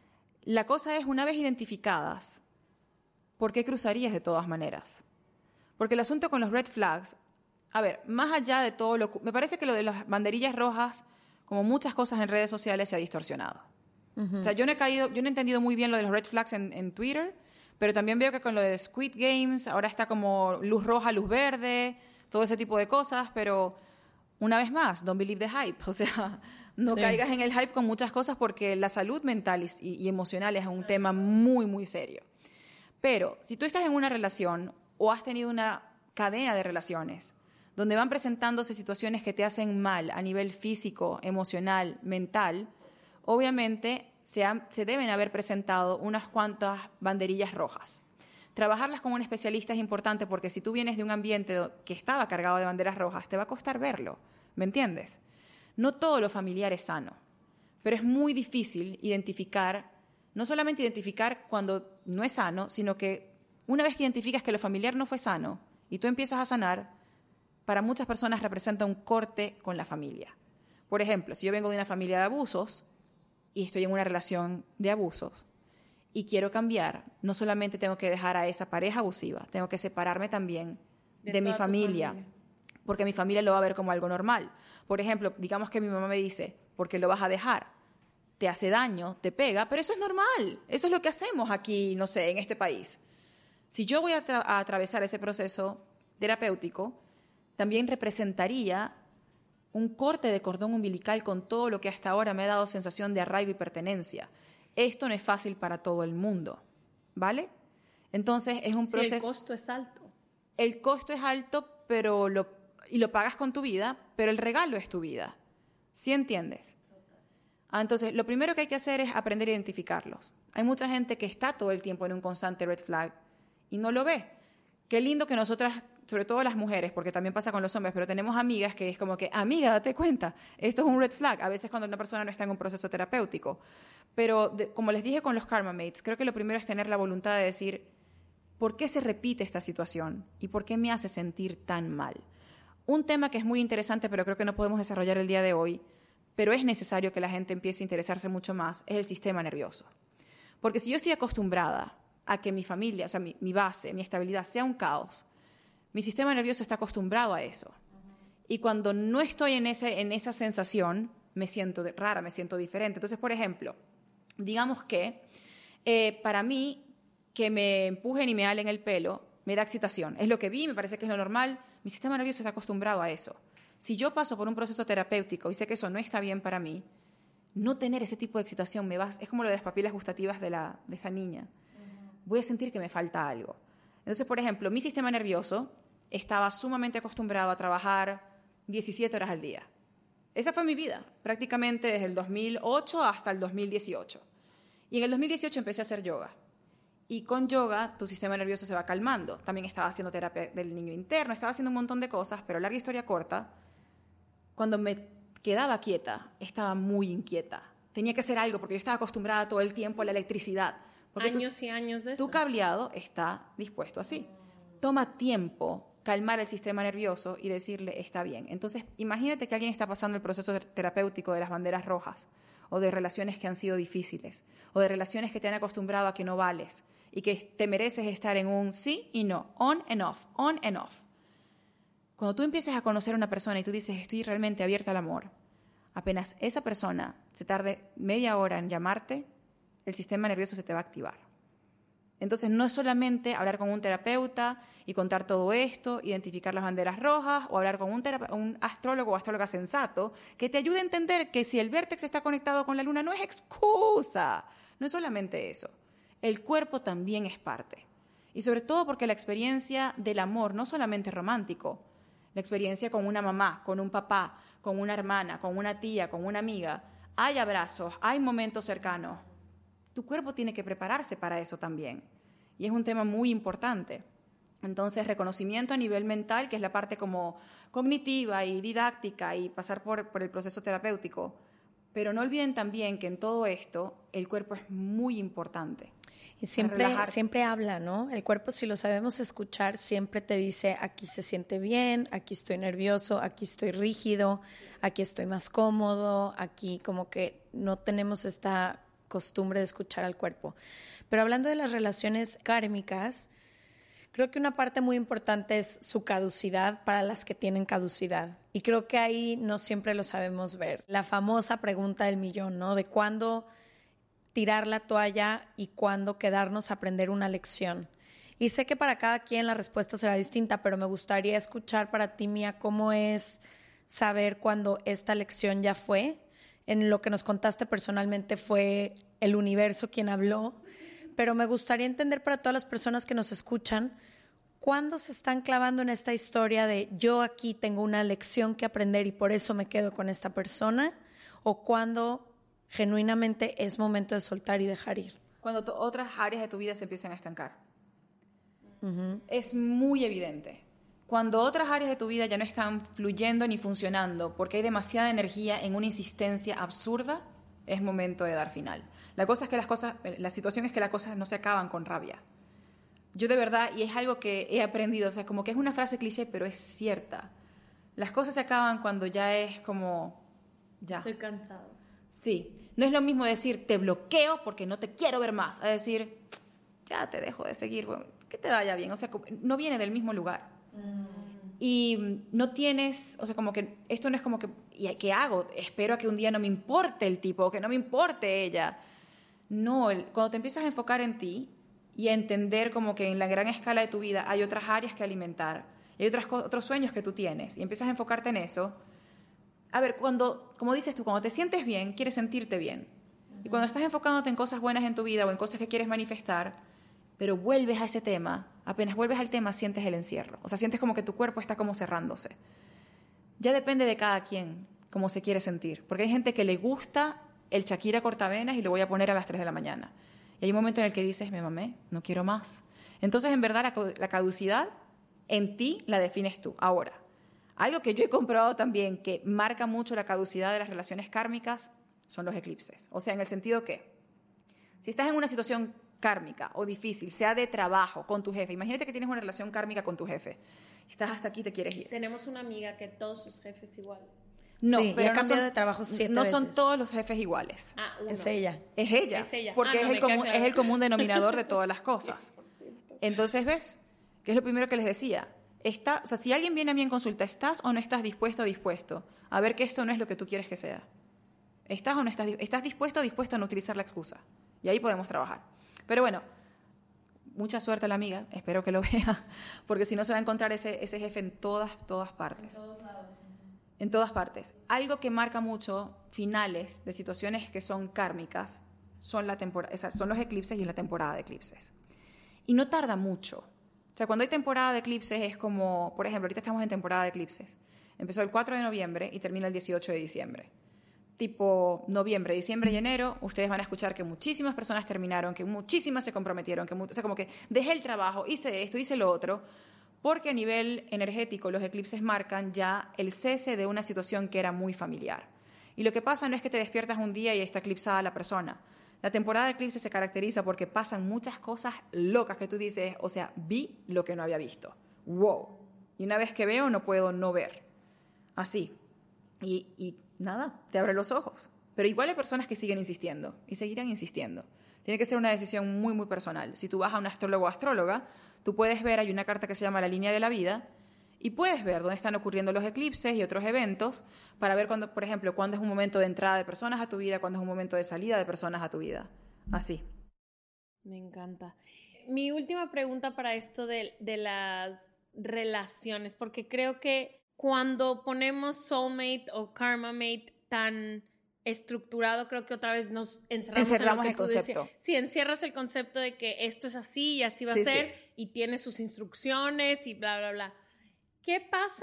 La cosa es, una vez identificadas, ¿por qué cruzarías de todas maneras? Porque el asunto con los red flags, a ver, más allá de todo lo... Me parece que lo de las banderillas rojas, como muchas cosas en redes sociales, se ha distorsionado. Uh-huh. O sea, yo no he caído, yo no he entendido muy bien lo de los red flags en, en Twitter, pero también veo que con lo de Squid Games, ahora está como luz roja, luz verde, todo ese tipo de cosas, pero una vez más, don't believe the hype. O sea, no sí. caigas en el hype con muchas cosas porque la salud mental y, y emocional es un tema muy, muy serio. Pero si tú estás en una relación o has tenido una cadena de relaciones donde van presentándose situaciones que te hacen mal a nivel físico, emocional, mental, obviamente se, han, se deben haber presentado unas cuantas banderillas rojas. Trabajarlas con un especialista es importante porque si tú vienes de un ambiente que estaba cargado de banderas rojas, te va a costar verlo, ¿me entiendes? No todo lo familiar es sano, pero es muy difícil identificar, no solamente identificar cuando no es sano, sino que una vez que identificas que lo familiar no fue sano y tú empiezas a sanar, para muchas personas representa un corte con la familia. Por ejemplo, si yo vengo de una familia de abusos y estoy en una relación de abusos y quiero cambiar, no solamente tengo que dejar a esa pareja abusiva, tengo que separarme también de, de mi familia, familia, porque mi familia lo va a ver como algo normal. Por ejemplo, digamos que mi mamá me dice, ¿por qué lo vas a dejar? Te hace daño, te pega, pero eso es normal. Eso es lo que hacemos aquí, no sé, en este país. Si yo voy a, tra- a atravesar ese proceso terapéutico, también representaría un corte de cordón umbilical con todo lo que hasta ahora me ha dado sensación de arraigo y pertenencia. Esto no es fácil para todo el mundo, ¿vale? Entonces es un sí, proceso... el costo es alto. El costo es alto, pero lo, y lo pagas con tu vida, pero el regalo es tu vida. ¿Sí entiendes? Ah, entonces, lo primero que hay que hacer es aprender a identificarlos. Hay mucha gente que está todo el tiempo en un constante red flag y no lo ve. Qué lindo que nosotras, sobre todo las mujeres, porque también pasa con los hombres, pero tenemos amigas que es como que, amiga, date cuenta, esto es un red flag, a veces cuando una persona no está en un proceso terapéutico. Pero, de, como les dije con los Karma Mates, creo que lo primero es tener la voluntad de decir, ¿por qué se repite esta situación? ¿Y por qué me hace sentir tan mal? Un tema que es muy interesante, pero creo que no podemos desarrollar el día de hoy, pero es necesario que la gente empiece a interesarse mucho más, es el sistema nervioso. Porque si yo estoy acostumbrada a que mi familia, o sea, mi, mi base, mi estabilidad sea un caos, mi sistema nervioso está acostumbrado a eso. Y cuando no estoy en, ese, en esa sensación, me siento de, rara, me siento diferente. Entonces, por ejemplo, digamos que eh, para mí, que me empujen y me halen el pelo, me da excitación. Es lo que vi, me parece que es lo normal. Mi sistema nervioso está acostumbrado a eso. Si yo paso por un proceso terapéutico y sé que eso no está bien para mí, no tener ese tipo de excitación me va, es como lo de las papilas gustativas de, la, de esa niña. Voy a sentir que me falta algo. Entonces, por ejemplo, mi sistema nervioso estaba sumamente acostumbrado a trabajar diecisiete horas al día. Esa fue mi vida, prácticamente desde el dos mil ocho hasta el dos mil dieciocho. Y en el dos mil dieciocho empecé a hacer yoga. Y con yoga tu sistema nervioso se va calmando. También estaba haciendo terapia del niño interno, estaba haciendo un montón de cosas, pero larga historia corta, cuando me quedaba quieta, estaba muy inquieta. Tenía que hacer algo porque yo estaba acostumbrada todo el tiempo a la electricidad. Porque años tu, y años de eso. Tu cableado está dispuesto así. Toma tiempo calmar el sistema nervioso y decirle, está bien. Entonces, imagínate que alguien está pasando el proceso terapéutico de las banderas rojas, o de relaciones que han sido difíciles, o de relaciones que te han acostumbrado a que no vales, y que te mereces estar en un sí y no, on and off, on and off. Cuando tú empieces a conocer a una persona y tú dices, estoy realmente abierta al amor, apenas esa persona se tarde media hora en llamarte, el sistema nervioso se te va a activar. Entonces, no es solamente hablar con un terapeuta y contar todo esto, identificar las banderas rojas, o hablar con un, un astrólogo o astróloga sensato que te ayude a entender que si el vértex está conectado con la luna no es excusa. No es solamente eso. El cuerpo también es parte. Y sobre todo porque la experiencia del amor no solamente es romántico. La experiencia con una mamá, con un papá, con una hermana, con una tía, con una amiga. Hay abrazos, hay momentos cercanos. Tu cuerpo tiene que prepararse para eso también. Y es un tema muy importante. Entonces, reconocimiento a nivel mental, que es la parte como cognitiva y didáctica y pasar por, por el proceso terapéutico. Pero no olviden también que en todo esto el cuerpo es muy importante. Y siempre, siempre habla, ¿no? El cuerpo, si lo sabemos escuchar, siempre te dice, aquí se siente bien, aquí estoy nervioso, aquí estoy rígido, aquí estoy más cómodo, aquí como que no tenemos esta costumbre de escuchar al cuerpo. Pero hablando de las relaciones kármicas, creo que una parte muy importante es su caducidad para las que tienen caducidad. Y creo que ahí no siempre lo sabemos ver. La famosa pregunta del millón, ¿no? De cuándo tirar la toalla y cuándo quedarnos a aprender una lección. Y sé que para cada quien la respuesta será distinta, pero me gustaría escuchar para ti, Mía, cómo es saber cuándo esta lección ya fue. En lo que nos contaste personalmente fue el universo quien habló, pero me gustaría entender para todas las personas que nos escuchan, ¿cuándo se están clavando en esta historia de yo aquí tengo una lección que aprender y por eso me quedo con esta persona? ¿O cuándo genuinamente es momento de soltar y dejar ir? Cuando tu, otras áreas de tu vida se empiezan a estancar. Uh-huh. Es muy evidente. Cuando otras áreas de tu vida ya no están fluyendo ni funcionando porque hay demasiada energía en una insistencia absurda, es momento de dar final. La cosa es que las cosas, la situación es que las cosas no se acaban con rabia. Yo de verdad, y es algo que he aprendido, o sea, como que es una frase cliché, pero es cierta. Las cosas se acaban cuando ya es como, ya. Estoy cansado. Sí. No es lo mismo decir, te bloqueo porque no te quiero ver más, a decir, ya te dejo de seguir, bueno, que te vaya bien. O sea, no viene del mismo lugar. Y no tienes, o sea, como que esto no es como que, ¿y qué hago? Espero a que un día no me importe el tipo, o que no me importe ella. No, el, cuando te empiezas a enfocar en ti y a entender como que en la gran escala de tu vida hay otras áreas que alimentar, hay otras, otros sueños que tú tienes, y empiezas a enfocarte en eso. A ver, cuando, como dices tú, cuando te sientes bien, quieres sentirte bien. Uh-huh. Y cuando estás enfocándote en cosas buenas en tu vida o en cosas que quieres manifestar, pero vuelves a ese tema, apenas vuelves al tema, sientes el encierro. O sea, sientes como que tu cuerpo está como cerrándose. Ya depende de cada quien cómo se quiere sentir. Porque hay gente que le gusta el Shakira cortavenas y lo voy a poner a las tres de la mañana. Y hay un momento en el que dices, me mamé, no quiero más. Entonces, en verdad, la, la caducidad en ti la defines tú. Ahora, algo que yo he comprobado también que marca mucho la caducidad de las relaciones kármicas son los eclipses. O sea, en el sentido que, si estás en una situación kármica o difícil, sea de trabajo, con tu jefe. Imagínate que tienes una relación kármica con tu jefe. Estás hasta aquí, te quieres ir. Tenemos una amiga que todos sus jefes igual. No, sí, pero ha cambiado de trabajo siete no veces. son todos los jefes iguales. Ah, uno. Es ella. Es ella. Es ella. Porque ah, es, no, el común, claro. es el común denominador de todas las cosas. cien por ciento. Entonces, ¿ves? Que es lo primero que les decía. Está, o sea, si alguien viene a mí en consulta, ¿estás o no estás dispuesto o dispuesto a ver que esto no es lo que tú quieres que sea? ¿Estás o no estás, estás dispuesto o dispuesto a no utilizar la excusa? Y ahí podemos trabajar. Pero bueno, mucha suerte a la amiga, espero que lo vea, porque si no se va a encontrar ese, ese jefe en todas, todas partes. En todos lados. En todas partes. Algo que marca mucho finales de situaciones que son kármicas son, la tempora- o sea, son los eclipses y la temporada de eclipses. Y no tarda mucho. O sea, cuando hay temporada de eclipses es como, por ejemplo, ahorita estamos en temporada de eclipses. Empezó el cuatro de noviembre y termina el dieciocho de diciembre. Tipo noviembre, diciembre y enero, ustedes van a escuchar que muchísimas personas terminaron, que muchísimas se comprometieron, que, o sea, como que dejé el trabajo, hice esto, hice lo otro, porque a nivel energético los eclipses marcan ya el cese de una situación que era muy familiar. Y lo que pasa no es que te despiertas un día y está eclipsada la persona. La temporada de eclipses se caracteriza porque pasan muchas cosas locas que tú dices, o sea, vi lo que no había visto. ¡Wow! Y una vez que veo, no puedo no ver. Así. Y, y nada, te abre los ojos. Pero igual hay personas que siguen insistiendo y seguirán insistiendo. Tiene que ser una decisión muy, muy personal. Si tú vas a un astrólogo o astróloga, tú puedes ver, hay una carta que se llama La Línea de la Vida, y puedes ver dónde están ocurriendo los eclipses y otros eventos para ver, cuando, por ejemplo, cuándo es un momento de entrada de personas a tu vida, cuándo es un momento de salida de personas a tu vida. Así. Me encanta. Mi última pregunta para esto de, de las relaciones, porque creo que cuando ponemos soulmate o karmamate tan estructurado, creo que otra vez nos encerramos, encerramos en lo que el tú concepto. Decías. Sí, encierras el concepto de que esto es así y así va sí, a ser, sí. y tiene sus instrucciones y bla, bla, bla. ¿Qué pasa?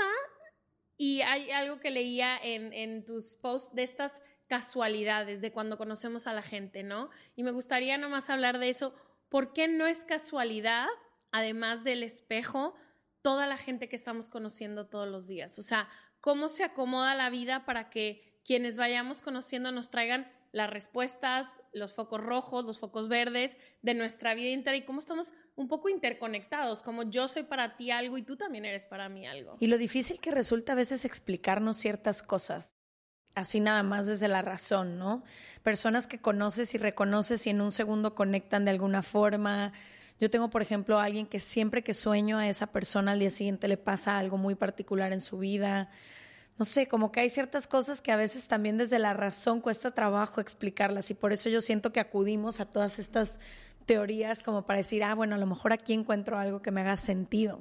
Y hay algo que leía en, en tus posts de estas casualidades de cuando conocemos a la gente, ¿no? Y me gustaría nomás hablar de eso. ¿Por qué no es casualidad, además del espejo, toda la gente que estamos conociendo todos los días? O sea, ¿cómo se acomoda la vida para que quienes vayamos conociendo nos traigan las respuestas, los focos rojos, los focos verdes de nuestra vida entera, y cómo estamos un poco interconectados, como yo soy para ti algo y tú también eres para mí algo? Y lo difícil que resulta a veces explicarnos ciertas cosas, así nada más desde la razón, ¿no? Personas que conoces y reconoces y en un segundo conectan de alguna forma. Yo tengo, por ejemplo, a alguien que siempre que sueño a esa persona al día siguiente le pasa algo muy particular en su vida. No sé, como que hay ciertas cosas que a veces también desde la razón cuesta trabajo explicarlas, y por eso yo siento que acudimos a todas estas teorías como para decir, ah, bueno, a lo mejor aquí encuentro algo que me haga sentido.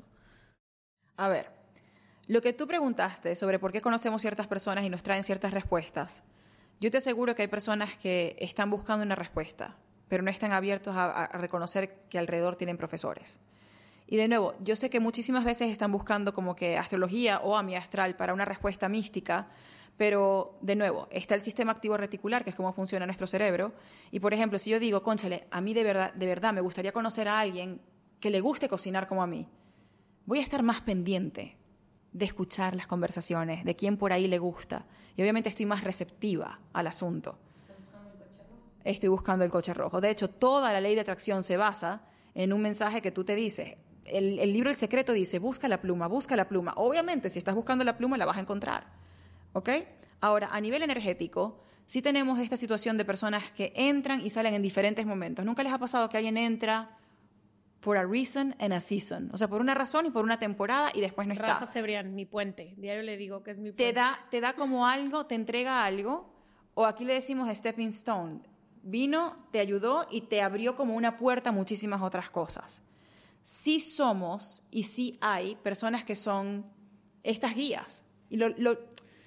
A ver, lo que tú preguntaste sobre por qué conocemos ciertas personas y nos traen ciertas respuestas, yo te aseguro que hay personas que están buscando una respuesta, pero no están abiertos a, a reconocer que alrededor tienen profesores. Y de nuevo, yo sé que muchísimas veces están buscando como que astrología o a mi astral para una respuesta mística, pero de nuevo, está el sistema activo reticular, que es cómo funciona nuestro cerebro. Y por ejemplo, si yo digo, cónchale, a mí de verdad, de verdad me gustaría conocer a alguien que le guste cocinar como a mí, voy a estar más pendiente de escuchar las conversaciones, de quién por ahí le gusta. Y obviamente estoy más receptiva al asunto. ¿Estás buscando el coche rojo? Estoy buscando el coche rojo. De hecho, toda la ley de atracción se basa en un mensaje que tú te dices. El, el libro El Secreto dice, busca la pluma, busca la pluma. Obviamente, si estás buscando la pluma, la vas a encontrar. ¿Ok? Ahora, a nivel energético, sí tenemos esta situación de personas que entran y salen en diferentes momentos. ¿Nunca les ha pasado que alguien entra for a reason and a season? O sea, por una razón y por una temporada y después no está. Rafa Cebrián, mi puente. Diario le digo que es mi puente. Te da, te da como algo, te entrega algo, o aquí le decimos stepping stone. Vino, te ayudó y te abrió como una puerta a muchísimas otras cosas. Sí somos y sí hay personas que son estas guías. Y lo, lo,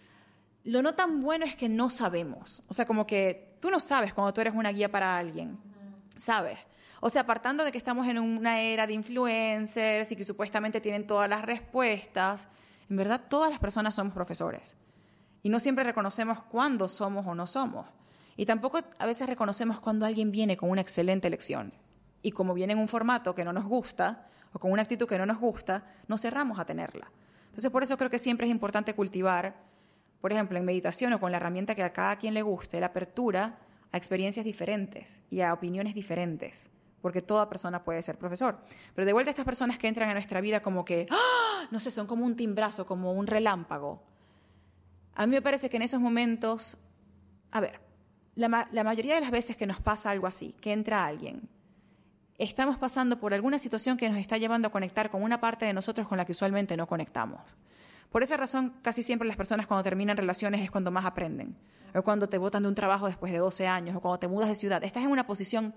lo no tan bueno es que no sabemos. O sea, como que tú no sabes cuando tú eres una guía para alguien. ¿Sabes? O sea, apartando de que estamos en una era de influencers y que supuestamente tienen todas las respuestas, en verdad todas las personas somos profesores. Y no siempre reconocemos cuándo somos o no somos. Y tampoco a veces reconocemos cuando alguien viene con una excelente lección. Y como viene en un formato que no nos gusta o con una actitud que no nos gusta, nos cerramos a tenerla. Entonces, por eso creo que siempre es importante cultivar, por ejemplo, en meditación o con la herramienta que a cada quien le guste, la apertura a experiencias diferentes y a opiniones diferentes, porque toda persona puede ser profesor. Pero de vuelta a estas personas que entran a nuestra vida como que, ¡ah! No sé, son como un timbrazo, como un relámpago. A mí me parece que en esos momentos, a ver, la, ma- la mayoría de las veces que nos pasa algo así, que entra alguien, estamos pasando por alguna situación que nos está llevando a conectar con una parte de nosotros con la que usualmente no conectamos. Por esa razón, casi siempre las personas cuando terminan relaciones es cuando más aprenden. O cuando te botan de un trabajo después de doce años, o cuando te mudas de ciudad. Estás en una posición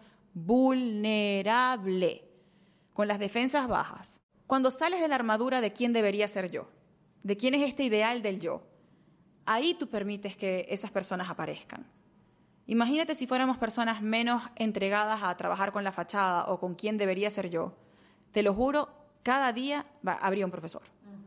vulnerable, con las defensas bajas. Cuando sales de la armadura de quién debería ser yo, de quién es este ideal del yo, ahí tú permites que esas personas aparezcan. Imagínate si fuéramos personas menos entregadas a trabajar con la fachada o con quién debería ser yo. Te lo juro, cada día va, habría un profesor.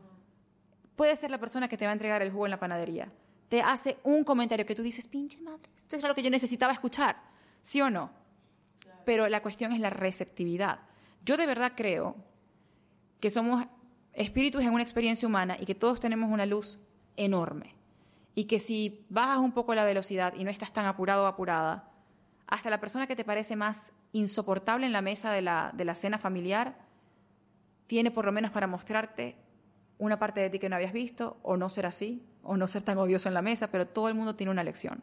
Puede ser la persona que te va a entregar el jugo en la panadería. Te hace un comentario que tú dices, pinche madre, esto es lo que yo necesitaba escuchar, ¿sí o no? Claro. Pero la cuestión es la receptividad. Yo de verdad creo que somos espíritus en una experiencia humana y que todos tenemos una luz enorme. Y que si bajas un poco la velocidad y no estás tan apurado o apurada, hasta la persona que te parece más insoportable en la mesa de la, de la cena familiar tiene por lo menos para mostrarte una parte de ti que no habías visto, o no ser así, o no ser tan odioso en la mesa, pero todo el mundo tiene una lección.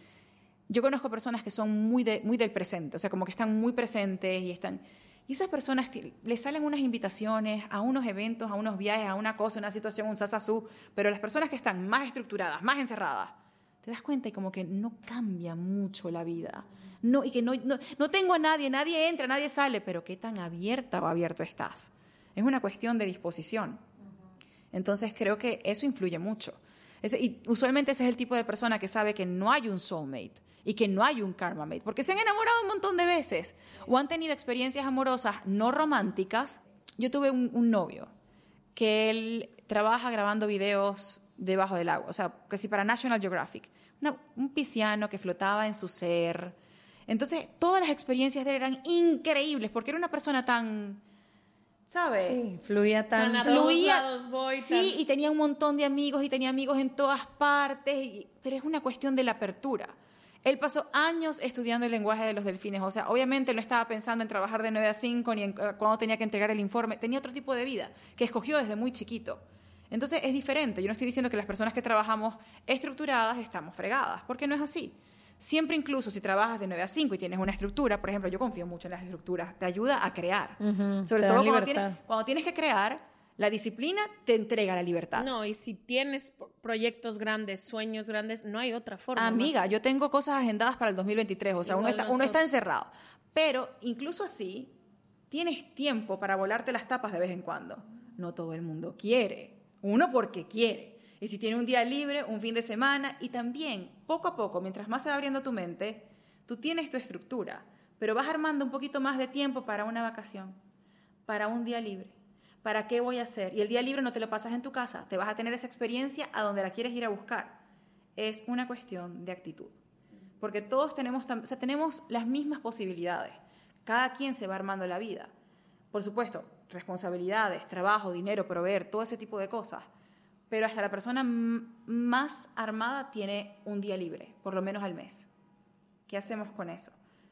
Yo conozco personas que son muy, de, muy del presente, o sea, como que están muy presentes y están... Y esas personas les salen unas invitaciones a unos eventos, a unos viajes, a una cosa, una situación, un sasasú, pero las personas que están más estructuradas, más encerradas, te das cuenta y como que no cambia mucho la vida. No, y que no, no, no tengo a nadie, nadie entra, nadie sale, pero qué tan abierta o abierto estás. Es una cuestión de disposición. Entonces creo que eso influye mucho. Ese, y usualmente ese es el tipo de persona que sabe que no hay un soulmate y que no hay un karma mate, porque se han enamorado un montón de veces o han tenido experiencias amorosas no románticas. Yo tuve un, un novio que él trabaja grabando videos debajo del agua, o sea, que si para National Geographic, una, un pisciano que flotaba en su ser. Entonces todas las experiencias de él eran increíbles porque era una persona tan... ¿sabes? Sí, fluía tan... O sea, a fluía, todos lados voy, sí, tan... y tenía un montón de amigos y tenía amigos en todas partes, y, pero es una cuestión de la apertura. Él pasó años estudiando el lenguaje de los delfines, o sea, obviamente no estaba pensando en trabajar de nueve a cinco ni en cuándo tenía que entregar el informe, tenía otro tipo de vida que escogió desde muy chiquito. Entonces es diferente, yo no estoy diciendo que las personas que trabajamos estructuradas estamos fregadas, porque no es así. Siempre, incluso si trabajas de nueve a cinco y tienes una estructura, por ejemplo, yo confío mucho en las estructuras, te ayuda a crear. Uh-huh, Sobre todo cuando tienes, cuando tienes que crear, la disciplina te entrega la libertad. No, y si tienes proyectos grandes, sueños grandes, no hay otra forma. Amiga, más. yo tengo cosas agendadas para el dos mil veintitrés, o sea, uno está, uno está encerrado. Pero incluso así, tienes tiempo para volarte las tapas de vez en cuando. No todo el mundo quiere. Uno porque quiere. Y si tiene un día libre, un fin de semana, y también, poco a poco, mientras más se va abriendo tu mente, tú tienes tu estructura, pero vas armando un poquito más de tiempo para una vacación, para un día libre, para qué voy a hacer. Y el día libre no te lo pasas en tu casa, te vas a tener esa experiencia a donde la quieres ir a buscar. Es una cuestión de actitud, porque todos tenemos, o sea, tenemos las mismas posibilidades, cada quien se va armando la vida. Por supuesto, responsabilidades, trabajo, dinero, proveer, todo ese tipo de cosas. Pero hasta la persona m- más armada tiene un día libre, por lo menos al mes. ¿Qué hacemos con eso?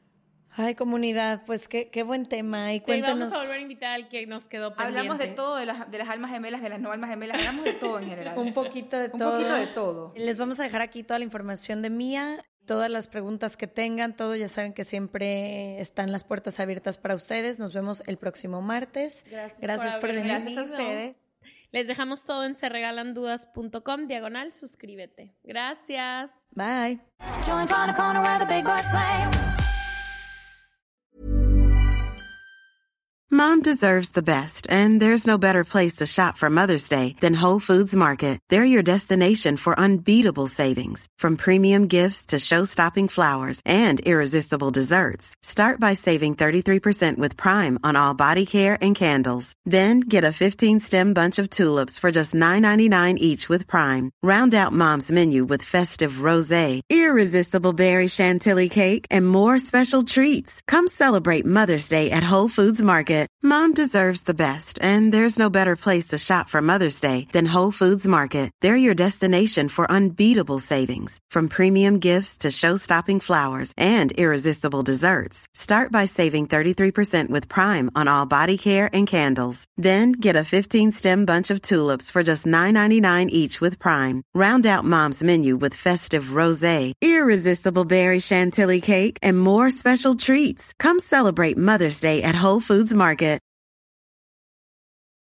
Ay, comunidad, pues qué, qué buen tema. Y cuéntanos. Te vamos a volver a invitar al que nos quedó pendiente. Hablamos de todo, de las, de las almas gemelas, de las no almas gemelas, hablamos de todo en general. Un poquito de Un todo. Un poquito de todo. Les vamos a dejar aquí toda la información de Mía, todas las preguntas que tengan, todo. Ya saben que siempre están las puertas abiertas para ustedes. Nos vemos el próximo martes. Gracias, Gracias por, por venir. Gracias a ustedes. Les dejamos todo en se regalan dudas punto com, diagonal, suscríbete. Gracias. Bye. Mom deserves the best, and there's no better place to shop for Mother's Day than Whole Foods Market. They're your destination for unbeatable savings, from premium gifts to show-stopping flowers and irresistible desserts. Start by saving thirty-three percent with Prime on all body care and candles. Then get a fifteen-stem bunch of tulips for just nine ninety-nine each with Prime. Round out Mom's menu with festive rosé, irresistible berry chantilly cake, and more special treats. Come celebrate Mother's Day at Whole Foods Market. Mom deserves the best, and there's no better place to shop for Mother's Day than Whole Foods Market. They're your destination for unbeatable savings, from premium gifts to show-stopping flowers and irresistible desserts. Start by saving thirty-three percent with Prime on all body care and candles. Then get a fifteen-stem bunch of tulips for just nine ninety-nine each with Prime. Round out Mom's menu with festive rosé, irresistible berry chantilly cake, and more special treats. Come celebrate Mother's Day at Whole Foods Market.